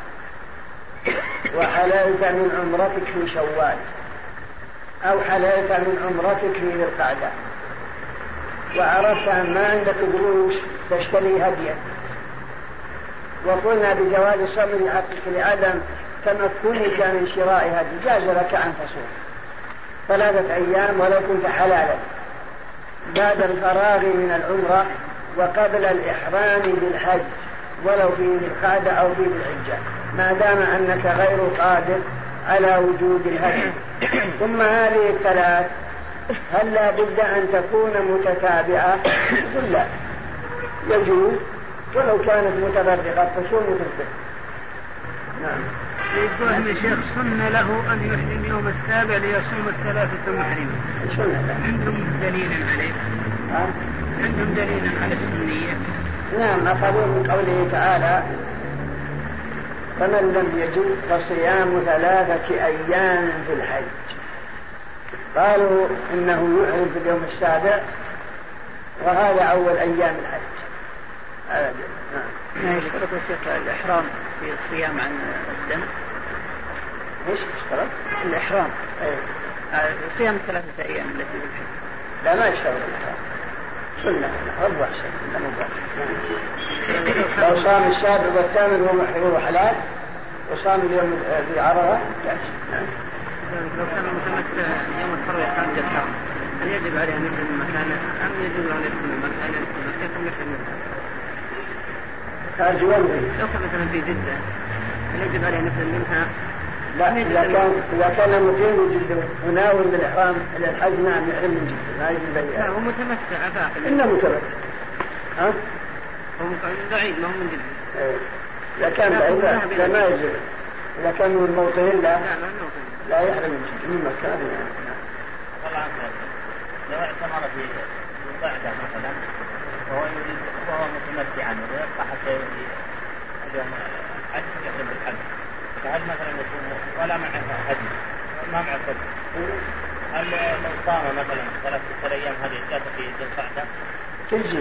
وحللت من عمرتك في شوال أو حللت من عمرتك في ذي القعدة وعرفت أن ما عندك قروش تشتري هديا، وقلنا بجواز الصوم لعدم تمكنك من شراء هدي، جاز لك أن تصوم ثلاثة أيام ولو كنت حلالا بعد الفراغ من العمرة وقبل الإحرام بالحج ولو في ذي القعدة أو في ذي الحجة، ما دام أنك غير قادر على وجود الهدي. ثم هذه الثلاث هل لا بد أن تكون متتابعة؟ قل لا، يجوز ولو كانت متفرقة تصوم متفرقة. نعم. يقول الشيخ سن له أن يحرم يوم السابع ليصوم الثلاثة محرما، عندهم دليل عليه؟ أه؟ عندهم دليل على السنية؟ نعم، أخذوا من قوله تعالى فمن لم يجد فصيام ثلاثة أيام في الحج، قالوا إنه يحرم في اليوم السابع وهذا أول أيام الحج. هذا نعم. ما يشترط الشيخ الإحرام في الصيام عن الدم؟ ايش اشترط؟ الإحرام. ايه. صيام ثلاثة أيام التي في الحج. لا، ما يشترط الإحرام، سنة رب أحسن. لو صام السابع والثامن وهو حلال وصام اليوم في عرفة. لو كان متمتع يوم التروية خارج الحرم هل يجب عليه أن يحرم من مكانه أم يجوز أن يدخل من مكانه ثم يحرم منه؟ خارج وين؟ لو كان مثلا في جدة هل يجب عليه أن يحرم منها؟ لا، إذا كان إذا كان مقيم بجدة وناوي بالإحرام إلى الحج نعم يحرم من جدة ما يجوز عليه. لا هو متمتع أفاق. إنه متمتع. ها؟ هو بعيد ما هو من جدة. إذا كان بعيد لا ما يجوز. إذا كان من موطن لا لا يحرم من جدة من مكان يعني. والله عنك لو اعتمر في القعدة مثلا وهو يريد وهو متمتعا ويبقى حتى اليوم حج يحرم بالحج. فهل مثلا يكون ولا معه هدي ما معه هدي هل لو صام مثلا ثلاثة أيام هذه جاءت في ذي القعدة تجي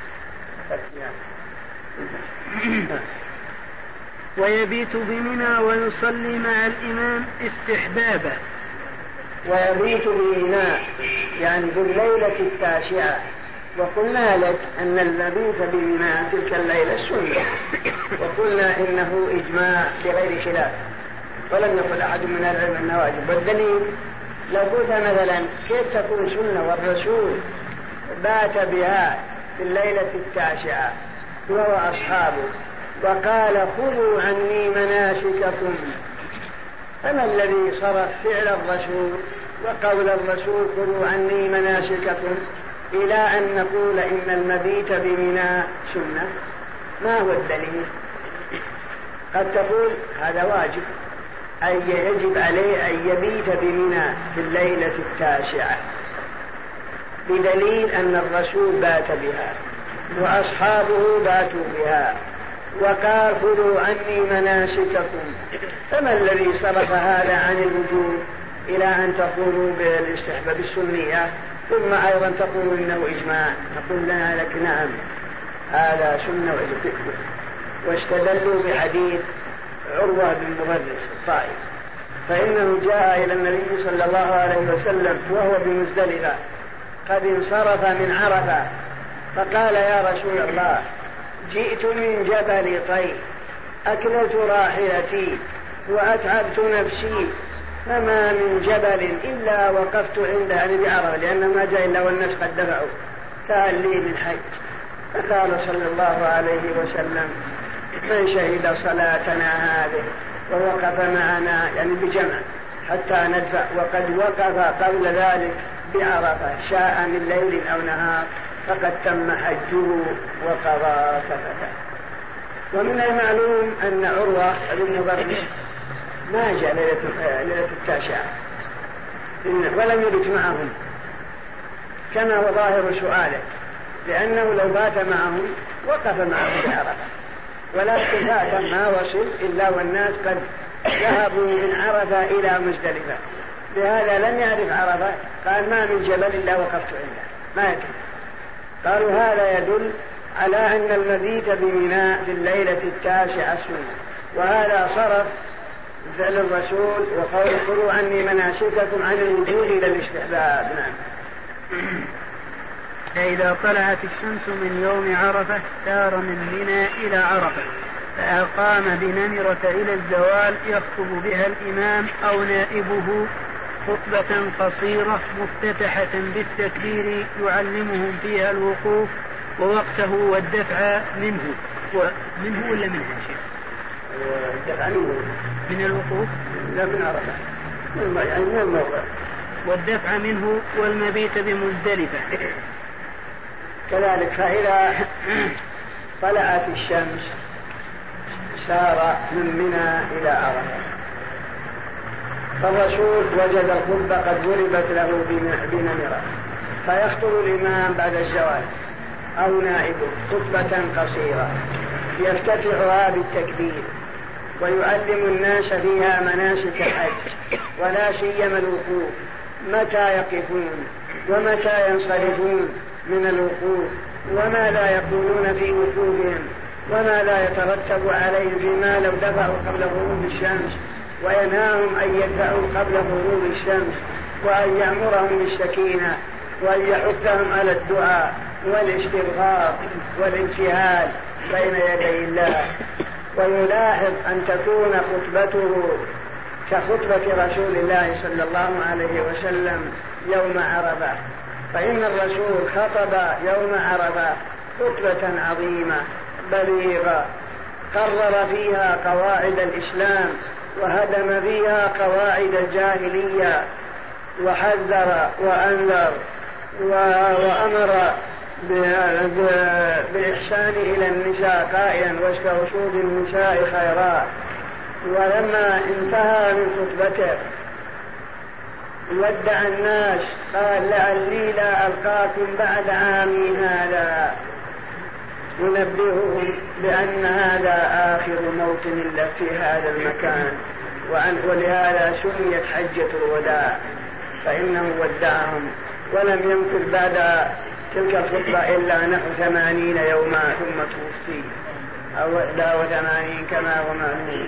ويبيت بمنى ويصلي مع الإمام استحبابا. ويبيت بمنى يعني بالليلة التاسعة. وقلنا لك أن المبيت بمنى تلك الليلة السنة وقلنا إنه إجماع بغير خلاف ولم يقل أحد من العلم أنه واجب. والدليل لو قلت مثلا كيف تكون سنة والرسول بات بها في الليلة التاسعة وهو أصحابه وقال خذوا عني مناسككم، فما الذي صرف فعل الرسول وقول الرسول خذوا عني مناسككم إلى أن نقول إن المبيت بمنى سنة؟ ما هو الدليل؟ قد تقول هذا واجب أي يجب عليه أن يبيت بمنى في الليلة التاسعة بدليل أن الرسول بات بها وأصحابه باتوا بها وقال خذوا عني مناسككم، فما الذي صرف هذا عن الوجوب إلى أن تقولوا بالاستحباب السنية ثم أيضا تقولوا إنه إجماع؟ نقول لنا لك نعم هذا سنة وإجماع. واستدلوا بحديث عروة بن مغرس الطائي فإنه جاء إلى النبي صلى الله عليه وسلم وهو بمزدلفة قد انصرف من عرفة فقال يا رسول الله جئت من جبل طي أكلت راحلتي وأتعبت نفسي فما من جبل إلا وقفت عنده يعني بعرفة لأنه ما جاء إلا والناس قد دفعوا فهل لي من حج؟ فقال صلى الله عليه وسلم من شهد صلاتنا هذه ووقف معنا يعني بجمع حتى ندفع وقد وقف قبل ذلك بعرفة شاء من ليل أو نهار فقد تم حجه وقضى كفته. ومن المعلوم أن عروة بن مغرس ما جاء ليلة التاسعة ولم يبت معهم كما هو ظاهر سؤاله لأنه لو بات معهم وقف معهم بعرفة ولكن فات ما وصل إلا والناس قد ذهبوا من عرفة إلى مزدلفة لهذا لم يعرف عرفة قال ما من جبل إلا وقفت عنده ما يكفي. قالوا هذا يدل على أن المبيت بمنى في الليلة التاسعة سنة وهذا صرف فعل الرسول وقول خذوا عني مناسككم عن الوجود إلى الاستحباب. نعم. فإذا طلعت الشمس من يوم عرفة سار من منى إلى عرفة فأقام بنمرة إلى الزوال يخطب بها الإمام أو نائبه خطبة قصيرة مفتتحة بالتكبير يعلمهم فيها الوقوف ووقته والدفع منه ومنه ولا منها شيء؟ الدفع منه من الوقوف لا من عرفة يعني من الموضع والدفع منه والمبيت بمزدلفة كذلك. فإذا طلعت الشمس سار من منى إلى عرفة فالرسول وجد الخطبة قد ضربت له بنمرة فيخطب الإمام بعد الزوال أو نائبه خطبة قصيرة يفتتحها بالتكبير ويعلم الناس فيها مناسك الحج ولا سيما الوقوف متى يقفون ومتى ينصرفون من الوقوف وما لا يقولون في وقوفهم وما لا يترتب عليهم فيما لو دفعوا قبل غروب الشمس وينهاهم أن يدفعوا قبل غروب الشمس وأن يأمرهم بالسكينة وأن يحثهم على الدعاء والاستغفار والابتهال بين يدي الله ويلاحظ أن تكون خطبته كخطبة رسول الله صلى الله عليه وسلم يوم عرفة، فإن الرسول خطب يوم عرفة خطبة عظيمة بليغة قرر فيها قواعد الإسلام وهدم فيها قواعد الجاهلية وحذر وأنذر وأمر بالإحسان إلى النساء قائلا واستوصوا بالنساء خيرا. ولما انتهى من خطبته ودع الناس قال لعلي لا ألقاكم بعد عامي هذا، ينبههم بأن هذا آخر موطن له في هذا المكان، ولهذا سميت حجة الوداع، فإنه ودعهم ولم يمكث بعد تلك الخطبة إلا نحو ثمانين يوما ثم توفي، أو إحدى وثمانين كما هو معلوم.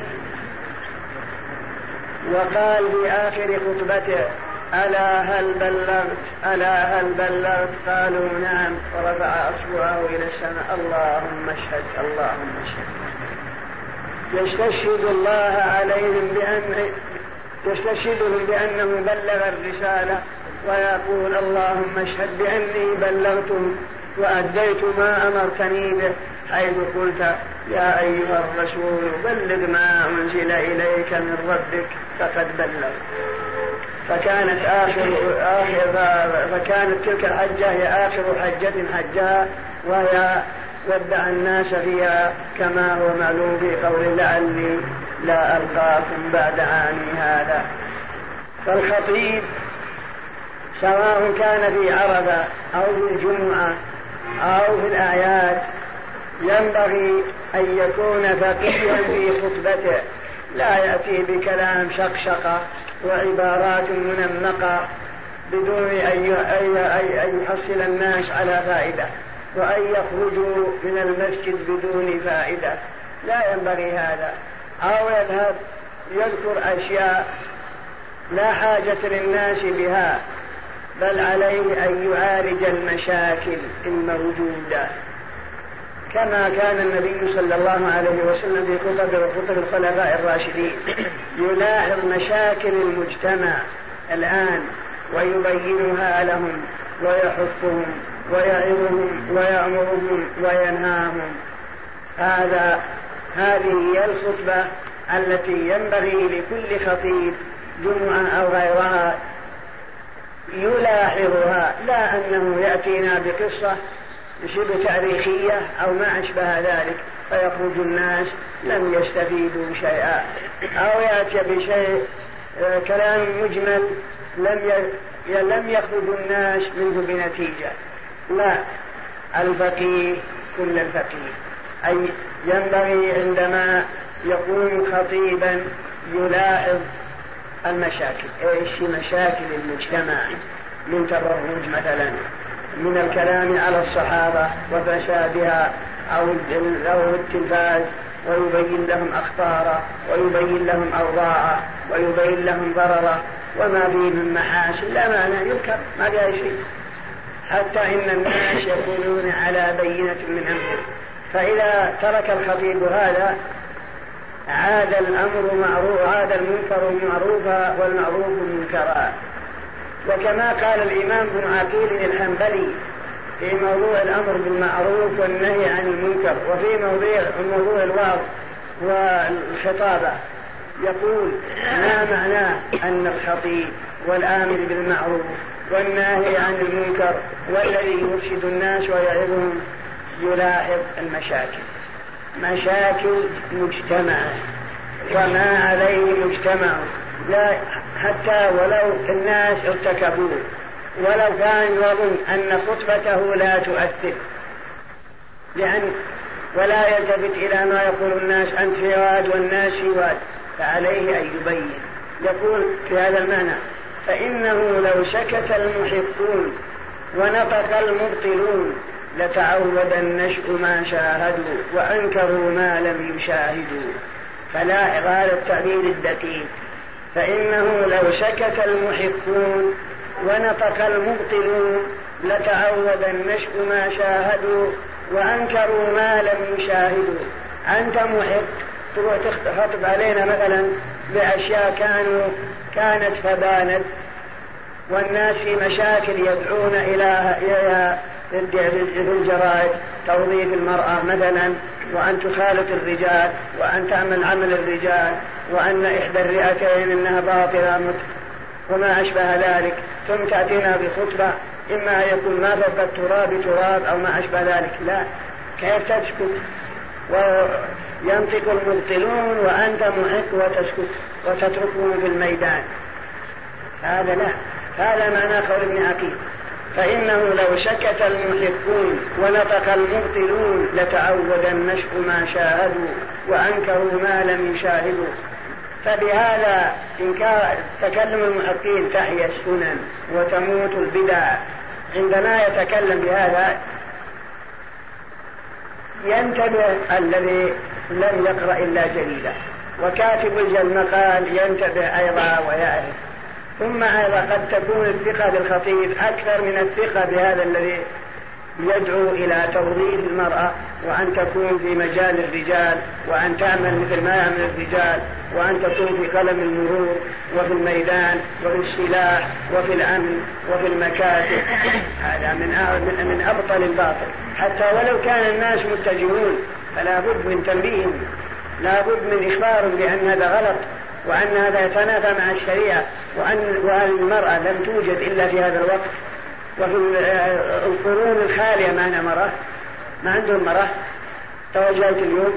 وقال في آخر خطبته ألا هل بلغت ألا هل بلغت قالوا نعم، ورفع أصبعه إلى السماء اللهم اشهد اللهم اشهد، يستشهد الله عليهم بأن يستشهدهم بأنه بلغ الرسالة، ويقول اللهم اشهد بأني بلغتم وأديت ما أمرتني به، حيث قلت يا أيها الرسول بلغ ما أنزل إليك من ربك فقد بلغ. فكانت آخر آخر فكانت تلك الحجة هي آخر حجة حجها، وهي ودع الناس فيها كما هو معلوم في قول لعلي لا ألقاكم بعد عامي هذا. فالخطيب سواء كان في عرفة أو في الجمعة أو في الأعياد ينبغي أن يكون فقيها في خطبته، لا يأتي بكلام شقشقة وعبارات منمقة بدون أن يحصل الناس على فائدة، وأن يخرجوا من المسجد بدون فائدة، لا ينبغي هذا. أو يذهب يذكر أشياء لا حاجة للناس بها، بل عليه أن يعالج المشاكل الموجودة، كما كان النبي صلى الله عليه وسلم في خطب وخطب الخلفاء الراشدين يلاحظ مشاكل المجتمع الآن ويبينها لهم ويحثهم ويعظهم ويأمرهم وينهاهم. هذا هذه هي الخطبة التي ينبغي لكل خطيب جمعة أو غيرها يلاحظها، لا أنه يأتينا بقصة شبه تاريخية أو ما أشبه ذلك فيخرج الناس لم يستفيدوا شيئا، أو يأتي بشيء كلام مجمل لم لم يخرج الناس منه بنتيجة. لا، الفقيه كل الفقيه أي ينبغي عندما يكون خطيبا يلاحظ المشاكل. ايش مشاكل المجتمع من تبرج مثلا، من الكلام على الصحابة وفسادها أو التلفاز، ويبين لهم أخطاره ويبين لهم أوضاعه ويبين لهم ضرره وما فيه من محاسن لا معنى يذكر ما فيها شيء، حتى إن الناس يكونون على بينة من أمره. فإذا ترك الخطيب هذا عاد الأمر معروف، عاد المنكر معروفا والمعروف منكرا. وكما قال الإمام ابن عقيل الحنبلي في موضوع الأمر بالمعروف والنهي عن المنكر، وفي موضوع موضوع الوعظ والخطابة، يقول ما معناه أن الخطيب والآمر بالمعروف والناهي عن المنكر والذي يرشد الناس ويعظهم يلاحظ المشاكل، مشاكل مجتمع وما عليه مجتمع، لا حتى ولو الناس ارتكبوه، ولو كان يظن أن خطبته لا تؤثر، لأن ولا يلتفت إلى ما يقول الناس أنت في واد والناس في واد، فعليه أن يبين. يقول في هذا المعنى فإنه لو سكت المحقون ونطق المبطلون لتعود النشء ما شاهدوا وأنكروا ما لم يشاهدوا. فلاحظ هذا التعبير الدقيق، فإنه لو سكت المحقون ونطق المبطلون لتعود النشء ما شاهدوا وأنكروا ما لم يشاهدوا. أنت محق تروح تخطب علينا مثلا بأشياء كانوا كانت فبانت، والناس في مشاكل يدعون إلى في الجرائد توظيف المرأة مثلا، وأن تخالط الرجال، وأن تعمل عمل الرجال، وأن إحدى الرئتين إنها باطلة وما أشبه ذلك، ثم تأتينا بخطبة إما يكون ما فوق التراب تراب أو ما أشبه ذلك. لا، كيف تسكت وينطق المبطلون وأنت محق وتسكت وتتركهم في الميدان؟ هذا لا، هذا معنى قول ابن عقيل، فإنه لو سكت المحقون ونطق المبطلون لتعود النشء ما شاهدوا وأنكروا ما لم يشاهدوا. فبهذا إنكار تكلم المحقين تحيا السنن وتموت البدع. عندما يتكلم بهذا ينتبه الذي لم يقرأ إلا جليلا، وكاتب المقال ينتبه أيضا ويعرف. ثم أيضا قد تكون الثقة بالخطيب أكثر من الثقة بهذا الذي يدعو إلى توظيف المرأة، وأن تكون في مجال الرجال، وأن تعمل مثل ما يعمل الرجال، وأن تكون في قلم المرور وفي الميدان وفي السلاح وفي الأمن وفي المكاتب. هذا من من أبطل الباطل، حتى ولو كان الناس متجهون فلا بد من تنبيههم، لا بد من إخبارهم بأن هذا غلط، وأن هذا يتنافى مع الشريعة، وأن, وأن المرأة لم توجد إلا في هذا الوقت. وفي القرون الخالية ما هنا مرأة، ما عندهم مرأة. توجهت اليوم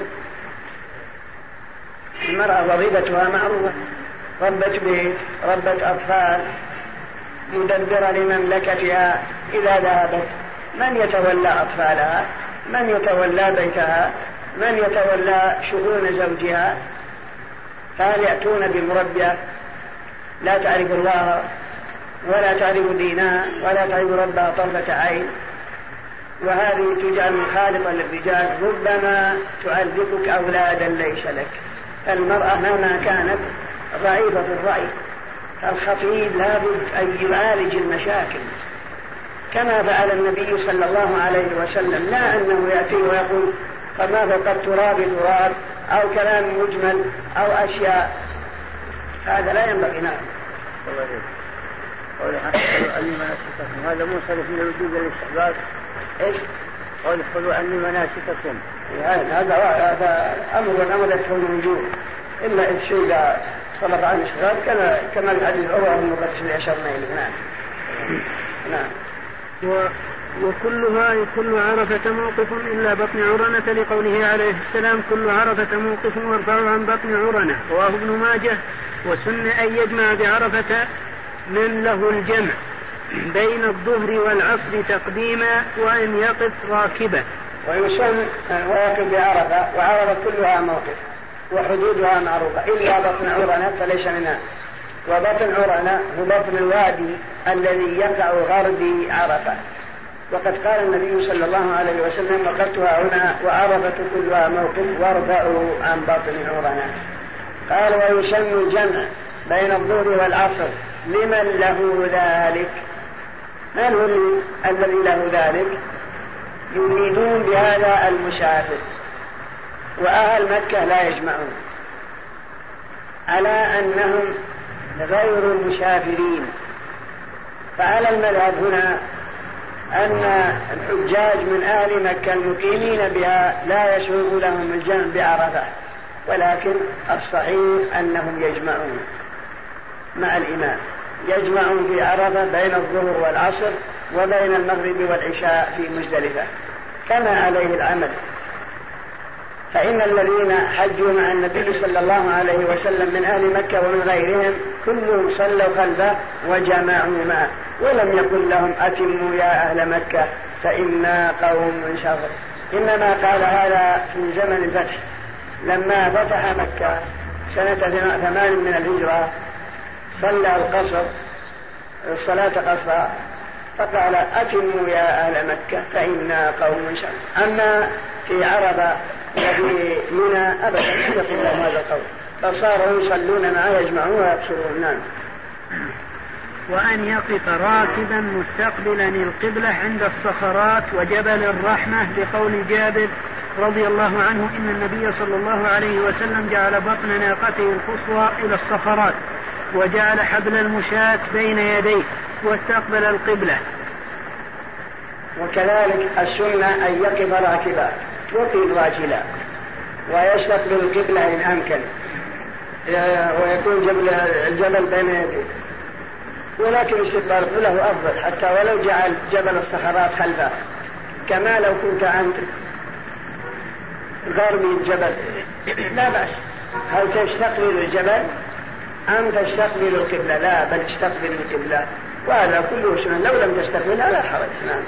المرأة وظيفتها معروفة، ربت بيت، ربت أطفال، مدبرة لمملكتها. إذا ذهبت من يتولى أطفالها؟ من يتولى بيتها؟ من يتولى شؤون زوجها؟ فهل يأتون بمربية لا تعرف الله ولا تعرف دينها ولا تعرف ربها طرفة عين، وهذه تجعل مخالطة للرجال، ربما تعذبك أولادا ليس لك. المرأة مهما كانت ضعيفة الرأي، الخطيب لابد أن يعالج المشاكل كما فعل النبي صلى الله عليه وسلم، لا أنه يأتي ويقول فما فوق التراب تراب أو كلام مجمل أو أشياء، هذا لا ينبغي. نعم. هذا منصرف من الوجوب للاستحباب. إيش؟ قول خذوا عني مناسككم. هذا هذا أمر والأمر يكون الوجوب، إلا إذا شيء صلب عن الشباب كما كما الحديث أول المقدس اللي أشرنا إليه. نعم. نعم. وكلها كل عرفة موقف إلا بطن عرنة، لقوله عليه السلام كل عرفة موقف وارفعوا عن بطن عرنة. رواه ابن ماجه. وسن أن يجمع بعرفة من له الجمع بين الظهر والعصر تقديما، وأن يقف راكبا. ويسن ويقف بعرفة، وعرفة كلها موقف وحدودها معروفة إلا بطن عرنة فليس منها. وبطن عرنة هو بطن الوادي الذي يقع غربي عرفة، وقد قال النبي صلى الله عليه وسلم وقفتها هنا وعرفة كلها موقف وارفعوا عن بطن عرنة. قال ويسن الجمع بين الظهر والعصر لمن له ذلك. من هو الذي له ذلك؟ يريدون بهذا المسافر، وأهل مكة لا يجمعون، على أنهم غير المسافرين. فعلى المذهب هنا أن الحجاج من أهل مكة المقيمين بها لا يسوغ لهم الجمع بعرفة، ولكن الصحيح أنهم يجمعون مع الإمام، يجمعون في عرفة بين الظهر والعصر وبين المغرب والعشاء في مزدلفة كما عليه العمل. فإن الذين حجوا مع النبي صلى الله عليه وسلم من أهل مكة ومن غيرهم كلهم صلوا خلفه وجمعوا معه، ولم يقل لهم أتموا يا أهل مكة فإنا قوم شر. إنما قال هذا في زمن الفتح، لما فتح مكة سنة ثمان من الهجرة صلى القصر الصلاة قصرا، فقال أتموا يا أهل مكة فإنا قوم شر. أما في عرفة وفي منى أبدا لم يقل لهم هذا القول، بل صاروا يصلون معه يجمعون ويقصرون. نعم. وأن يقف راكبا مستقبلا القبلة عند الصخرات وجبل الرحمة، بقول جابر رضي الله عنه إن النبي صلى الله عليه وسلم جعل بطن ناقته القصوى إلى الصخرات وجعل حبل المشاة بين يديه واستقبل القبلة. وكذلك السنة أن يقف راكبا يطيل راجلا ويستقبل القبلة إن أمكن ويكون جبل الجبل بين يديه، ولكن استقبال القبلة أفضل حتى ولو جعل جبل الصخرات خلفه، كما لو كنت أنت غربي الجبل لا بأس. هل تستقبل الجبل أم تستقبل القبلة؟ لا، بل تستقبل القبلة، وهذا كله سنة، لو لم تستقبلها لا حرج. نعم.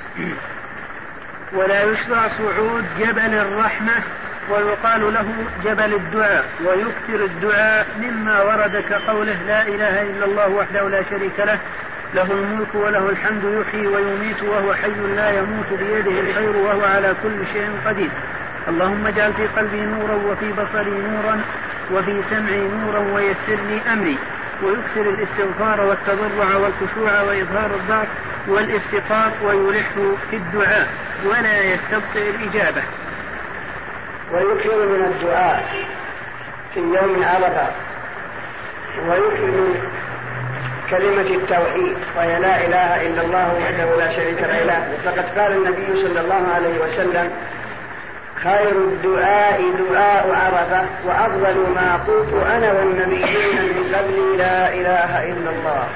ولا يشرع صعود جبل الرحمة ويقال له جبل الدعاء، ويكثر الدعاء مما ورد كقوله لا إله إلا الله وحده لا شريك له له الملك وله الحمد يحيي ويميت وهو حي لا يموت بيده الخير وهو على كل شيء قدير. اللهم اجعل في قلبي نورا وفي بصري نورا وفي سمعي نورا ويسر لي أمري. ويكثر الاستغفار والتضرع والخشوع وإظهار الضعف والافتقار ويلح في الدعاء ولا يستبطئ الإجابة. ويكثر من الدعاء في يوم عرفة، ويكثر من كلمة التوحيد وهي لا إله إلا الله وحده لا شريك له. فقد قال النبي صلى الله عليه وسلم خير الدعاء دعاء عرفة وأفضل ما قلت أنا والنبيين من قبلي لا إله إلا الله.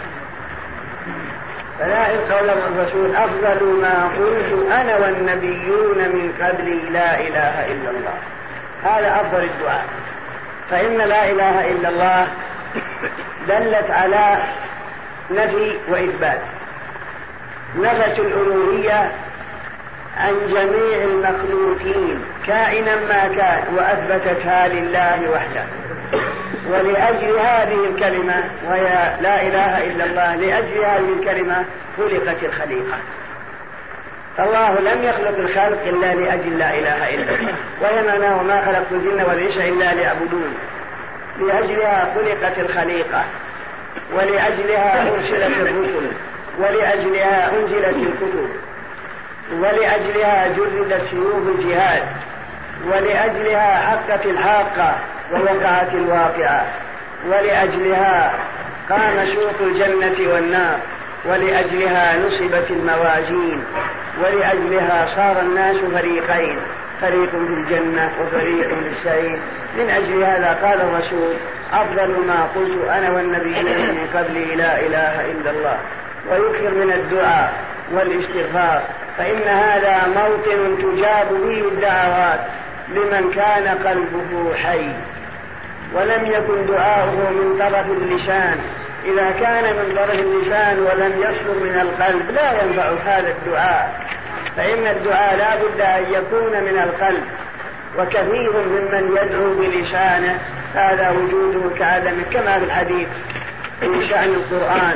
فلا قول الرسول أفضل ما قلت أنا والنبيون من قبلي لا إله إلا الله، هذا أفضل الدعاء. فإن لا إله إلا الله دلت على نفي وإثبات، نفت الألوهية عن جميع المخلوقين كائنا ما كان وأثبتتها لله وحده. ولأجل هذه الكلمة وهي لا إله إلا الله، لأجل هذه الكلمة خلقت الخليقة. الله لم يخلق الخلق إلا لأجل لا إله إلا الله، وهي معناه وما خلقت الجن والإنس إلا ليعبدون. لأجلها خلقت الخليقة، ولأجلها أرسلت الرسل، ولأجلها أنزلت الكتب، ولأجلها جردت سيوف الجهاد، ولأجلها حقت الحاقة ووقعت الواقعة، ولأجلها قام سوق الجنة والنار، ولأجلها نصبت الموازين، ولأجلها صار الناس فريقين، فريق في الجنة وفريق في السعير. من أجل هذا قال الرسول أفضل ما قلت أنا والنبيين من قبلي لا إله إلا الله. ويكثر من الدعاء والاستغفار، فإن هذا موطن تجاب به الدعوات لمن كان قلبه حي ولم يكن دعاؤه من طرف اللسان. إذا كان من طرف اللسان ولم يصدر من القلب لا ينفع هذا الدعاء، فإن الدعاء لا بد أن يكون من القلب. وكثير ممن يدعو بلسانه هذا وجوده كعدم، كما في الحديث في شأن القرآن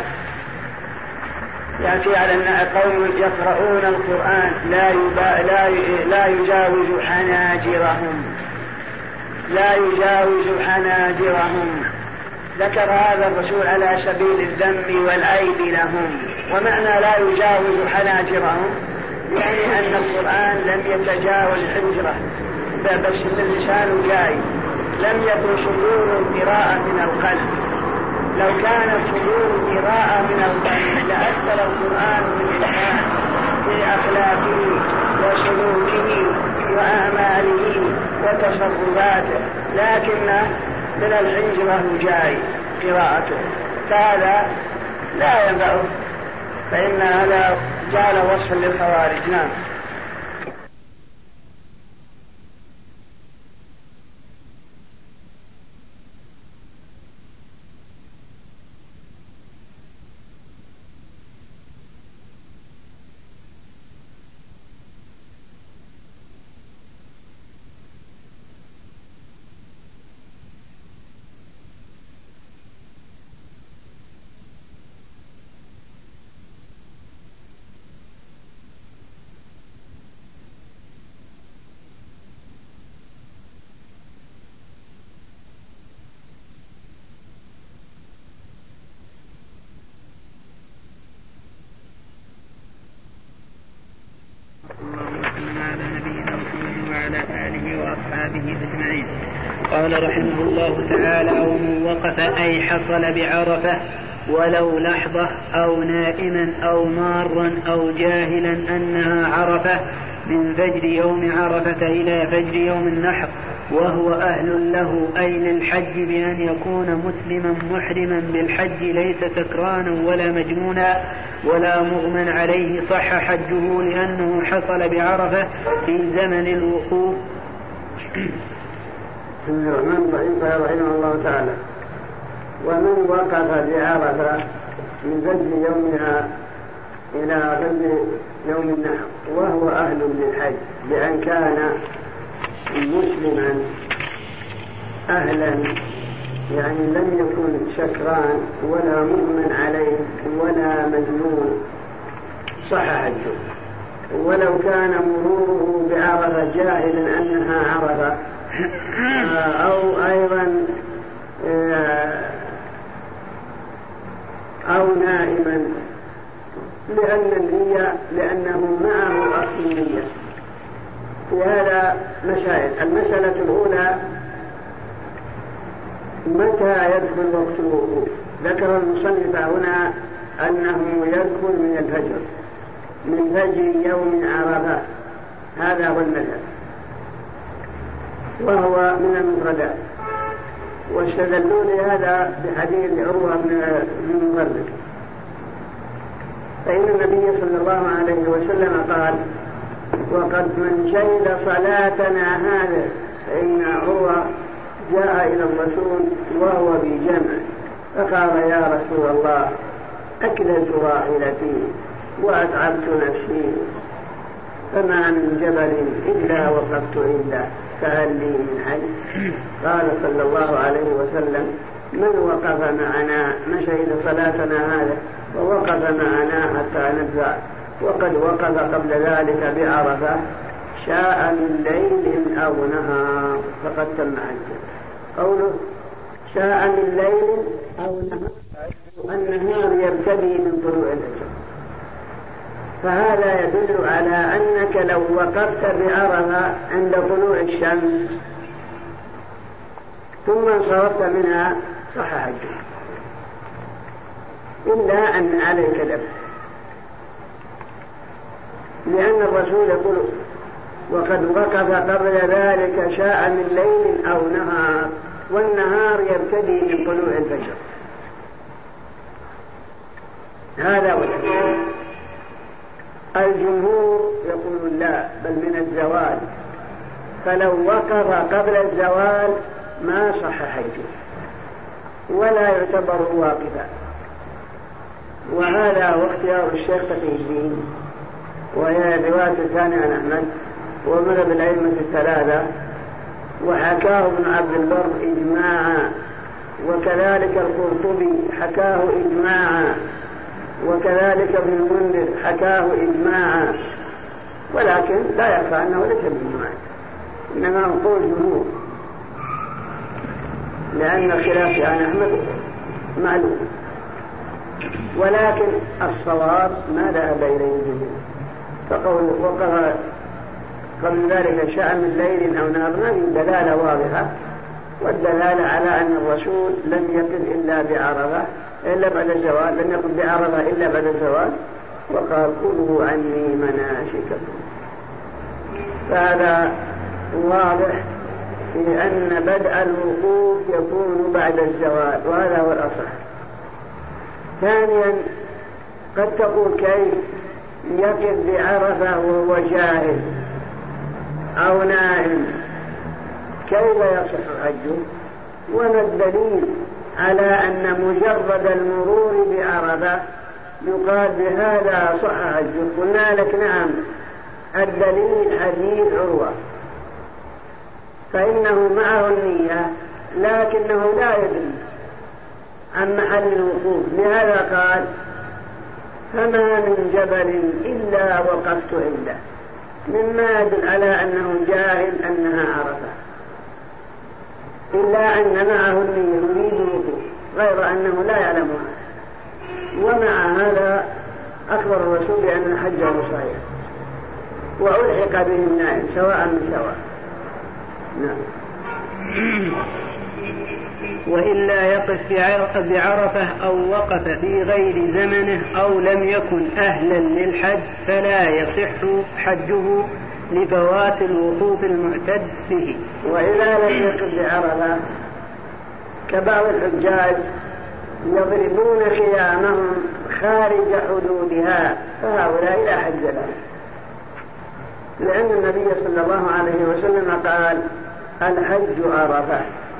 يأتي على قوم يقرؤون القرآن لا, لا, لا يجاوز حناجرهم لا يجاوز حناجرهم ذكر هذا الرسول على سبيل الذم والعيب لهم. ومعنى لا يجاوز حناجرهم يعني أن القرآن لم يتجاوز حنجره، بس اللسان جاي، لم يكن صدور القراءة من القلب. لو كانت صدور القراءة من القلب لأثر القرآن بالإنسان في أخلاقه وسلوكه وأعماله وتصرفاته، لكن من الحنجرة جاي قراءته، فهذا لا ينفعه، فإن هذا جعل وصفا للخوارج. نعم. قال رحمه الله تعالى: أو من وقف أي حصل بعرفة ولو لحظة أو نائما أو مارا أو جاهلا أنها عرفة من فجر يوم عرفة إلى فجر يوم النحر وهو أهل له أي للحج بأن يكون مسلما محرما بالحج ليس سكرانا ولا مجنونا ولا مغمى عليه صح حجه لأنه حصل بعرفة في زمن الوقوف. بسم الله الرحمن الرحيم. قال رحمه الله تعالى: ومن وقف بعرفة من فجر يومها إلى فجر يوم النحر وهو أهل للحج بأن كان مسلما أهلا يعني لم يكن سكران ولا مغمى عليه ولا مجنون صح حجه، ولو كان مروره بعرفة جاهلا أنها عرفة أو أيضا أو نائما لأن النية لأنه معه أصل النية. في هذا مسائل. المسألة الأولى: متى يدخل وقت الوقوف؟ ذكر المصنف هنا أنه يدخل من الفجر من فجر يوم عرفة، هذا هو المذهب وهو من المفردات، واستدلوا لهذا بحديث عروة بن المبرد، فإن النبي صلى الله عليه وسلم قال: وقد من شهد صلاتنا هذا. فإن عروة جاء إلى الرسول وهو بجمع فقال: يا رسول الله، أكلت راحلتي وأتعبت نفسي فما من جبل إلا وقفت عنده فهل لي من حج؟ قال صلى الله عليه وسلم: من وقف معنا من شهد صلاتنا هذا ووقف معنا حتى نبدأ وقد وقف قبل ذلك بعرفة شاء من ليل أو نهار فقد تم حجه. قوله شاء من ليل أو نهار، النهار يبتدي من طلوع الفجر، فهذا يدل على أنك لو وقفت بعرفة عند طلوع الشمس ثم انصرفت منها صح حجك، إلا أن عليك دفع، لأن الرسول يقول: وقد وقف قبل ذلك شاء من ليل أو نهار، والنهار يبتدي من طلوع الفجر. هذا هو الحديث. الجمهور يقول لا، بل من الزوال، فلو وقف قبل الزوال ما صح حجه ولا يعتبر واقفا. وهذا هو اختيار الشيخ تقي الدين، وهي رواية الثانية عن أحمد ومذهب الأئمة الثلاثة، وحكاه ابن عبد البر إجماعا، وكذلك القرطبي حكاه إجماعا، وكذلك ابن المنذر حكاه إجماعا، ولكن لا يخفى أنه ليس بالإجماع، إنما هو قول جمهور، لأن الخلاف عن أحمد معلوم، ولكن الصواب ما ذهب إليه الجمهور. فقول وقف قبل ذلك شاء من ليل أو نهار ما في دلالة واضحة، والدلالة على أن الرسول لم يقف إلا بعرفة إلا بعد الزوال، لم يقف بعرفة إلا بعد الزوال، وقال: خذوا عني مناسككم. فهذا واضح في أن بدء الوقوف يكون بعد الزوال، وهذا هو الأصح. ثانيا، قد تقول: كيف يقف بعرفة وهو جاهل أو نائم، كيف يصح حجه؟ وما الدليل على أن مجرد المرور بعرفة يقال بهذا صح حجه؟ قلنا لك نعم، الدليل حديث عروة، فإنه معه النية لكنه لا يدري عن محل الوقوف، لهذا قال: فما من جبل إلا وقفت عنده، مما يدل على أنه جاهل أنها عرفة، إلا أن معه النية يريد الوقوف غير أنه لا يعلمها. ومع هذا أخبر الرسول بأن حجه صحيح وألحق به النائم سواء من سواء. نعم. وإلا يقف بعرفة أو وقف في غير زمنه أو لم يكن أهلا للحج فلا يصح حجه لفوات الوقوف المعتد به. وإذا لم يقف بعرفة كبعض الحجاج يضربون خيامهم خارج حدودها فهؤلاء لا حج لهم، لأن النبي صلى الله عليه وسلم قال الحج عرفة،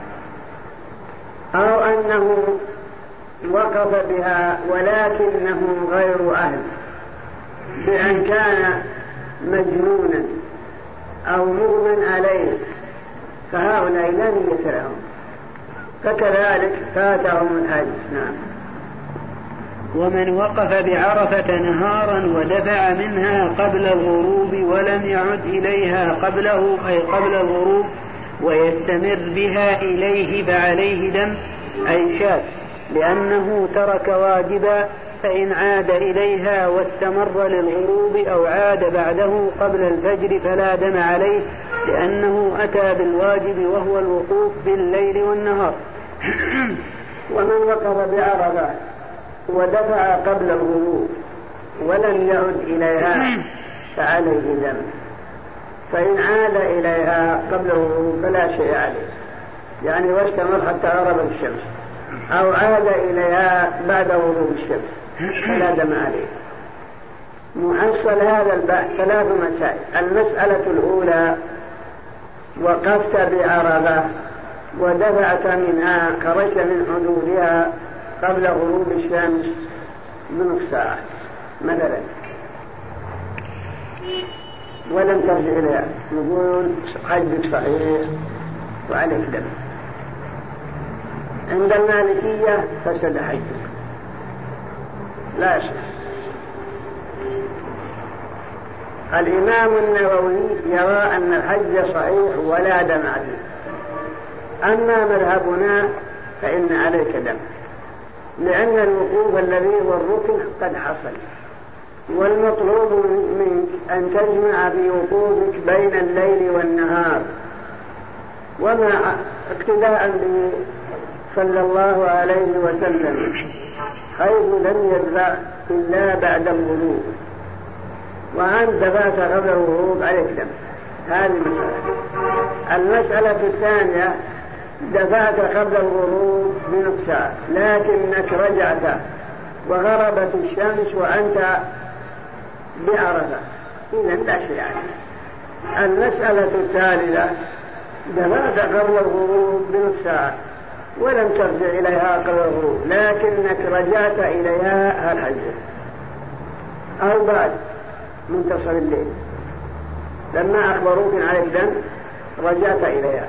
أو أنه وقف بها ولكنه غير أهل بأن كان مجنونا أو مغمى عليه فهؤلاء لا نية لهم، فكذلك فاتهم الحج. نعم. ومن وقف بعرفة نهارا ودفع منها قبل الغروب ولم يعد إليها قبله أي قبل الغروب ويستمر بها إليه فعليه دم أي شاة، لأنه ترك واجبا، فإن عاد إليها واستمر للغروب أو عاد بعده قبل الفجر فلا دم عليه، لأنه أتى بالواجب وهو الوقوف بالليل والنهار. ومن وقف بعرفة ودفع قبل الغروب ولم يعد إليها فعليه دم، فإن عاد إليها قبل الغروب فلا شيء عليه، يعني واستمر حتى غربت الشمس، أو عاد إليها بعد غروب الشمس فلا دم عليه. محصل هذا البحث ثلاث مسائل. المسألة الأولى: وقفت بعرفة ودفعت منها، خرجت من حدودها قبل غروب الشمس بنصف ساعة مثلا ولم ترجع إليها، نقول حجك صحيح وعليك دم. عند المالكية فسد حجك لا يصح. الإمام النووي يرى أن الحج صحيح ولا دم عليه، أما مذهبنا فإن عليك دم، لأن الوقوف الذي هو الركن قد حصل، والمطلوب منك أن تجمع في وقوفك بين الليل والنهار، وما اقتداء به صلى الله عليه وسلم حيث لم يدفع إلا بعد الغروب، وأنت دفعت قبل الغروب عليك دم. هذه مسألة. المسألة الثانية: دفعت قبل الغروب بنصف ساعة لكنك رجعت وغربت الشمس وأنت بعرفة، إذن لا شيء عليك. المسألة الثالثة: دفعت قبل الغروب بنصف ساعة ولم ترجع إليها قبل الغروب لكنك رجعت إليها الحج، أو بعد منتصف الليل لما أخبروك على الدم رجعت إليها،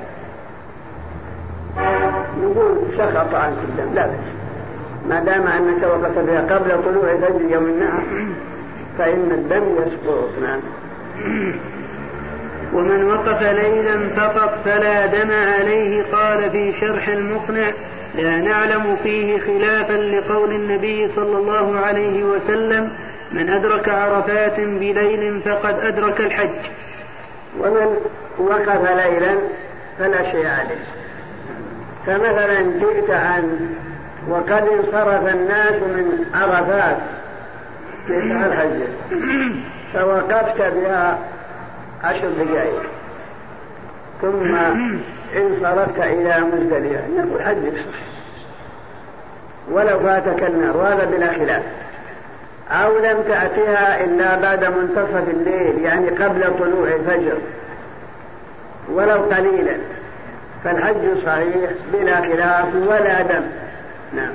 نقول سقط عنك الدم لا بس، ما دام أنك وقفت بها قبل طلوع فجر يوم النحر فإن الدم يسقط. نعم. ومن وقف ليلا فقط فلا دم عليه. قال في شرح المقنع: لا نعلم فيه خلافا لقول النبي صلى الله عليه وسلم: من أدرك عرفات بليل فقد أدرك الحج. ومن وقف ليلا فلا شيء عليه، فمثلا جئت عن وقد انصرف الناس من عرفات في الحج فوقفت بها عشر دقائق ثم انصرفت إلى مزدلفة، نقول حجك صح ولو فاتك النار، وهذا بلا خلاف. أو لم تأتها إلا بعد منتصف الليل يعني قبل طلوع الفجر ولو قليلا، فالحج صحيح بلا خلاف ولا دم. نعم.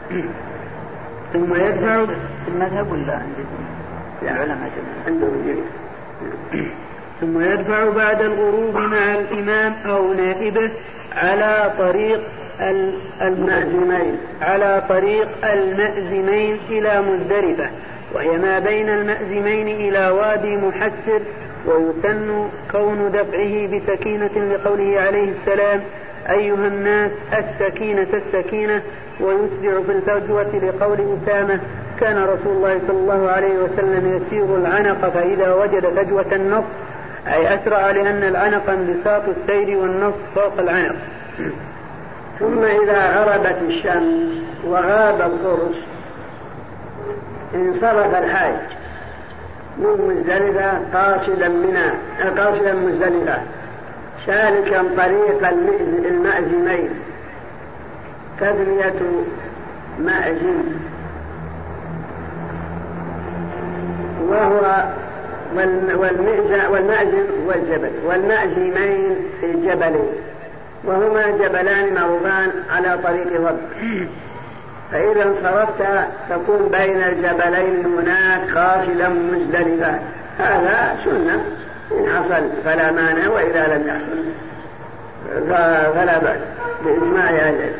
ثم يدفع المذهب ولا عندكم؟ العلماء عندهم جميع. ثم يدفع بعد الغروب مع الإمام أو نائبه على طريق المأزمين على طريق المأزمين إلى مزدلفة، وهي ما بين المأزمين إلى وادي محسر، ويسن كون دفعه بسكينة لقوله عليه السلام: أيها الناس السكينة السكينة، ويسرع في الفجوة لقول أسامة: كان رسول الله صلى الله عليه وسلم يسير العنق فإذا وجد فجوة النص، أي أسرع، لأن العنق انبساط السير والنص فوق العنق. ثم إذا غربت الشمس وغاب القرص انصرف الحاج من مزدلفة قاصدا منى قاصدا مزدلفة سالكا طريق المأزمين تثنية مأزم وهو والمأزم والجبل والمأزمين الجبلين وهما جبلان معروفان على طريق ضب. فإذا انصرفت تكون بين الجبلين هناك قاصدا مزدلفة. هذا سنة إن حصل فلا مانع وإذا لم يحصل فلا بأس بإجماع أهل العلم.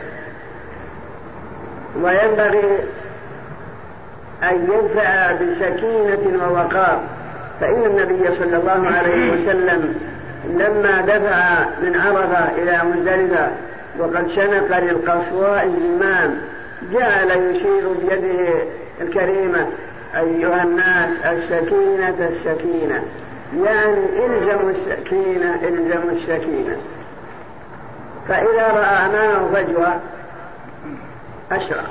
وينبغي أن يدفع بسكينة ووقار، فإن النبي صلى الله عليه وسلم لما دفع من عرفة إلى مزدلفة وقد شنق للقصواء الزمام جعل يشير بيده الكريمة أيها الناس السكينة السكينة، يعني إلزموا السكينة إلزموا السكينة. فإذا رأى أمامه فجوة أشرع.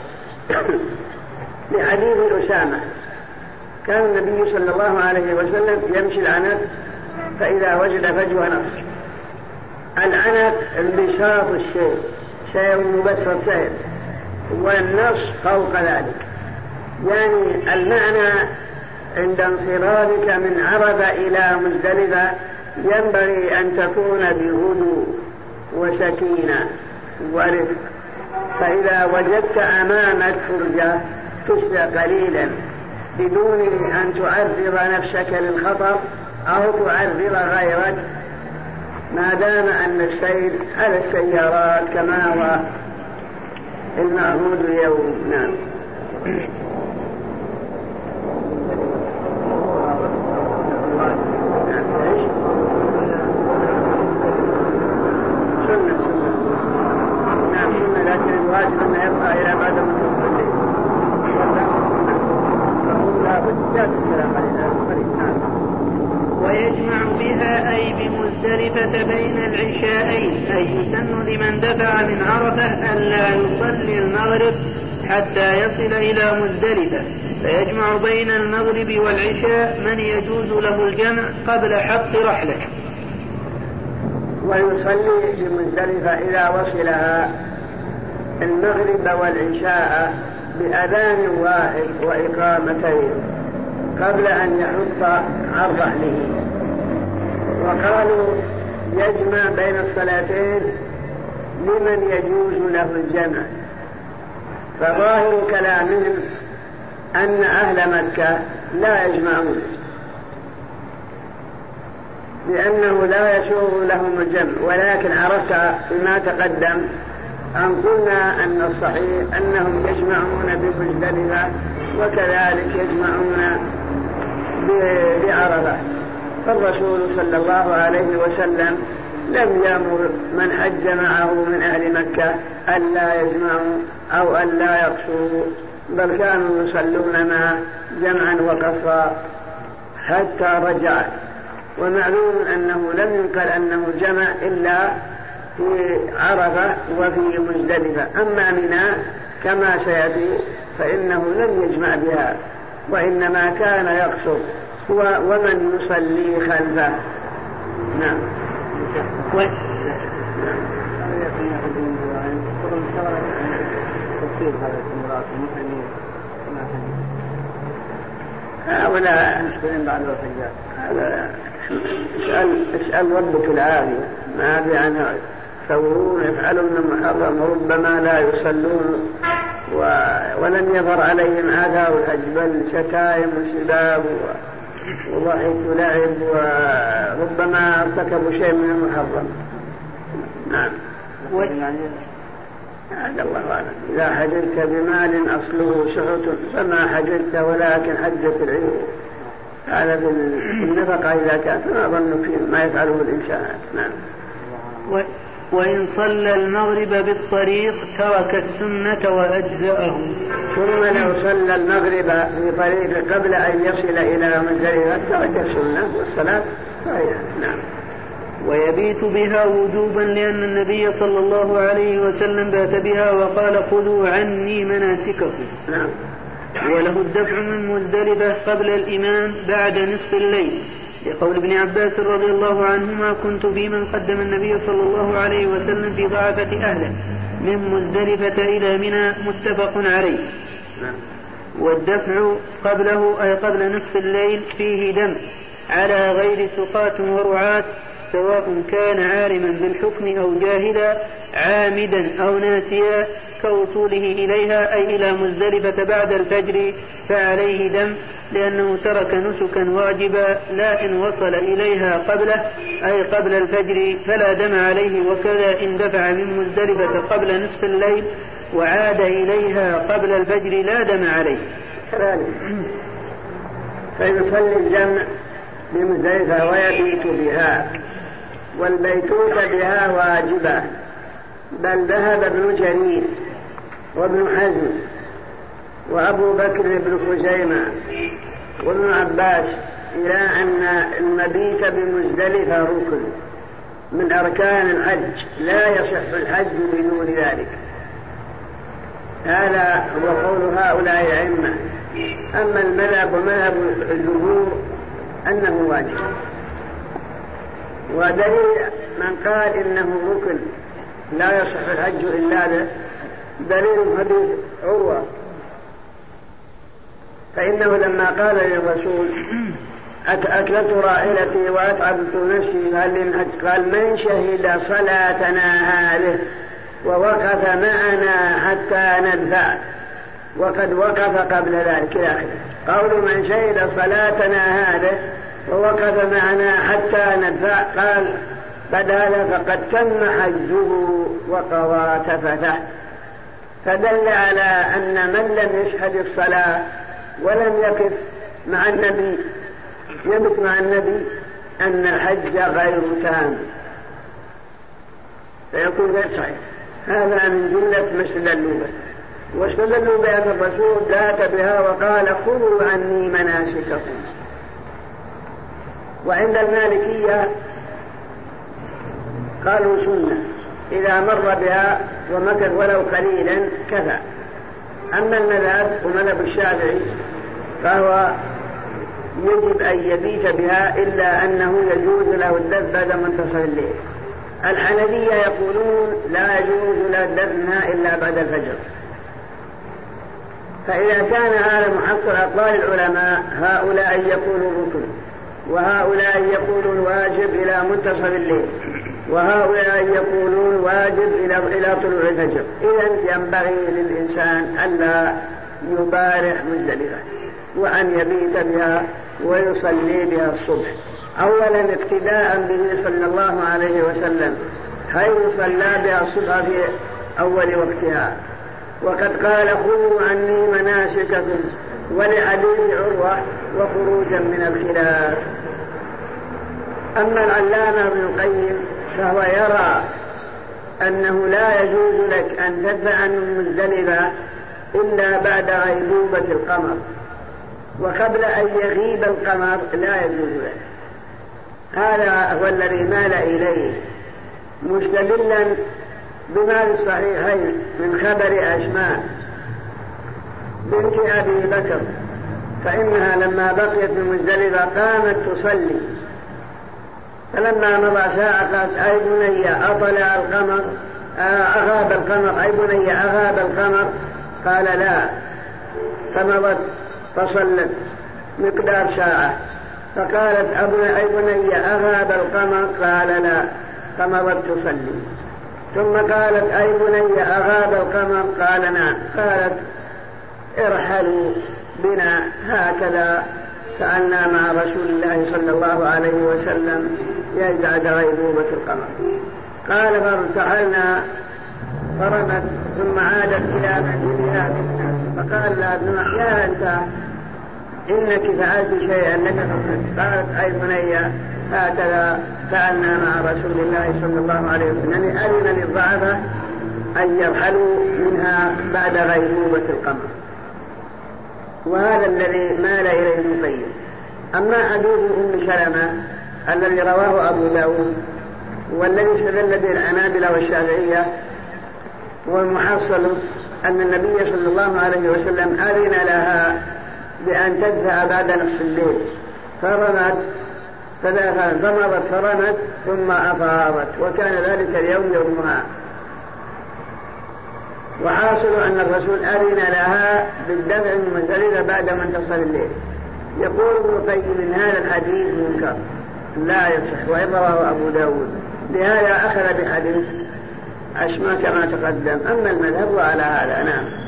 لحديث أسامة كان النبي صلى الله عليه وسلم يمشي العنق فإذا وجد فجوة نص. العنق انبساط الشيء شيء مبسط سهل، والنص فوق ذلك، يعني المعنى عند انصرافك من عرفة إلى مزدلفة ينبغي أن تكون بهدوء وسكينة ورفق. فإذا وجدت أمامك فرجة تسرع قليلا بدون أن تعرض نفسك للخطر أو تعرض غيرك، ما دام أن السير على السيارات كما هو المعهود اليوم. نعم. سنة سنة نعم سنة، لكن الواجب أن يبقى إلى بعد المتصل لا بد الكلام عليها. ويجمع بها أي بمزدلفة بين العشاءين، أي يسن لمن دفع من عرفة ألا يصلي المغرب حتى يصل إلى مزدلفة، فيجمع بين المغرب والعشاء من يجوز له الجمع قبل حق رحلة. ويصلي بمزدلفة إذا وصلها المغرب والعشاء بأذان واحد وإقامتين قبل أن يحط عن رحله. وقالوا يجمع بين الصلاتين لمن يجوز له الجمع، فظاهر كلامهم أن أهل مكة لا يجمعون لأنه لا يسوغ لهم الجمع. ولكن عرفت بما تقدم أن قلنا أن الصحيح أنهم يجمعون بمزدلفة وكذلك يجمعون بعرفة. فالرسول صلى الله عليه وسلم لم يأمر من حج معه من أهل مكة ألا يجمعوا أو ألا يقصروا، بل كانوا يصلون معه جمعا وقصرا حتى رجع. ومعلوم أنه لم ينقل أنه جمع إلا في عرفة وفي مزدلفة. أما منى كما سيأتي فإنه لم يجمع بها، وإنما كان يقصر هو ومن يصلي خلفه. نعم. هؤلاء هذا اسأل, اسأل ربك العافية ما أدري عنها. يصورون يفعلون محرم وربما لا يصلون و... ولم يظهر عليهم آثار الحج، بل شتائم وسباب وضحك ولعب وربما ارتكبوا شيء من المحرم. نعم. هذا الله أعلم. إذا حجرت بمال أصله سحت فما حجرت ولكن حجت العيون. هذا بالنفقة إذا كانت ما ظن في ما يفعله الإنسان. نعم. و... وإن صلى المغرب بالطريق ترك السنة وأجزأه. ثم لو صلى المغرب في طريق قبل أن يصل إلى مزدلفة ترك السنة والصلاة صحيحة. نعم. ويبيت بها وجوبا لأن النبي صلى الله عليه وسلم بات بها وقال خذوا عني مناسككم. وله الدفع من مزدلفة قبل الإمام بعد نصف الليل لقول ابن عباس رضي الله عنهما كنت في من قدم النبي صلى الله عليه وسلم في ضعفة أهله من مزدلفة إلى منى متفق عليه. والدفع قبله أي قبل نصف الليل فيه دم على غير سقاة ورعاة سواء كان عالما بالحكم أو جاهلا عامدا أو ناسيا كوصوله إليها أي إلى مزدلفة بعد الفجر فعليه دم لأنه ترك نسكا واجبا لا إن وصل إليها قبله أي قبل الفجر فلا دم عليه. وكذا إن دفع من مزدلفة قبل نصف الليل وعاد إليها قبل الفجر لا دم عليه. فيصلي الجمع بمزدلفة ويبيت بها والبيتوت بها واجبة. بل ذهب ابن جرير وابن حزم وأبو بكر بن خزيمة وابن عباس إلى أن المبيت بمزدلفة ركن من أركان الحج لا يصح الحج بدون ذلك. هذا هو قول هؤلاء الأئمة. أما المذهب ومذهب الجمهور أنه واجب. ودليل من قال إنه ركن لا يصح الحج إلا به دليل حديث عروة، فإنه لما قال للرسول أكلت راحلتي وأتعبت نفسي هل من حج قال من شهد صلاتنا هذه ووقف معنا حتى ندفع وقد وقف قبل ذلك الآخر. قول من شهد صلاتنا هذه ووقف معنا حتى ندفع قال بعد هذا فقد تم حجه وقضى تفته. فدل على أن من لم يشهد الصلاة ولم يقف مع النبي يبت مع النبي أن الحج غير تام فيكون غير صحيح. هذا من جملة ما استدلوا به. واستدلوا بأن الرسول بات بها وقال خذوا عني مناسككم. وعند المالكية قالوا سنة إذا مر بها ومكث ولو قليلا كفى. أما المذهب ومذهب الشافعي فهو يجب أن يبيت بها إلا أنه يجوز له الدفع بعد منتصف الليل. الحنفية يقولون لا يجوز له الدفع إلا بعد الفجر. فإذا كان هذا محصل أقوال العلماء هؤلاء يقولوا ركن وهؤلاء يقولون واجب إلى منتصف الليل وهؤلاء يقولون واجب إلى إلى طلوع الفجر. إذن ينبغي للإنسان ألا يبارح مزدلفة وأن يبيت بها ويصلي بها الصبح أولا اقتداء به صلى الله عليه وسلم حيث صلى بها الصبح في أول وقتها. وقد قال خذوا عني مناسككم ولحديث عروة وخروجا من الخلاف. أما العلامة ابن القيم فهو يرى أنه لا يجوز لك أن تدفع من مزدلفة إلا بعد غيبوبة القمر وقبل أن يغيب القمر لا يجوز لك. هذا هو الذي مال إليه مستدلا بما في الصحيحين من خبر أسماء بنت أبي بكر فإنها لما بقيت في مزدلفة قامت تصلي فلما مضى ساعة قالت أي بني أطلع القمر أغاب القمر أي بني أغاب القمر قال لا فمضت فصلت مقدار ساعة فقالت أي بني أغاب القمر قال لا فمضت تصلي ثم قالت أي بني أغاب القمر قال نعم قالت ارحلوا بنا هكذا فعلنا مع رسول الله صلى الله عليه وسلم يجعد غيبوبة القمر. قال فارتحلنا فرمت ثم عادت إلى منزلها فقال لها ابن يا أنت إنك فعلت شيئا لك قالت أي بني هكذا فعلنا مع رسول الله صلى الله عليه وسلم يعني أذن للضعفاء أن يرحلوا منها بعد غيبوبة القمر. وهذا الذي مال إليه ابن القيم. أما حديث أم سلمة الذي رواه أبو داود والذي استدل به العنابلة والشافعية والمحصل أن النبي صلى الله عليه وسلم أذن لها بأن تدفع بعد نصف الليل فرمت فمضت فرمت ثم أفاضت، وكان ذلك اليوم يومها. وحاصل أن الرسول أذن لها بالدفع المنفرد بعد ما انتصر الليل. يقول ابن القيم من هذا الحديث منكر لا يصح، وإن رواه أبو داود، لهذا أخذ بحديث أشمى كما تقدم. أما المذهب على هذا. نعم.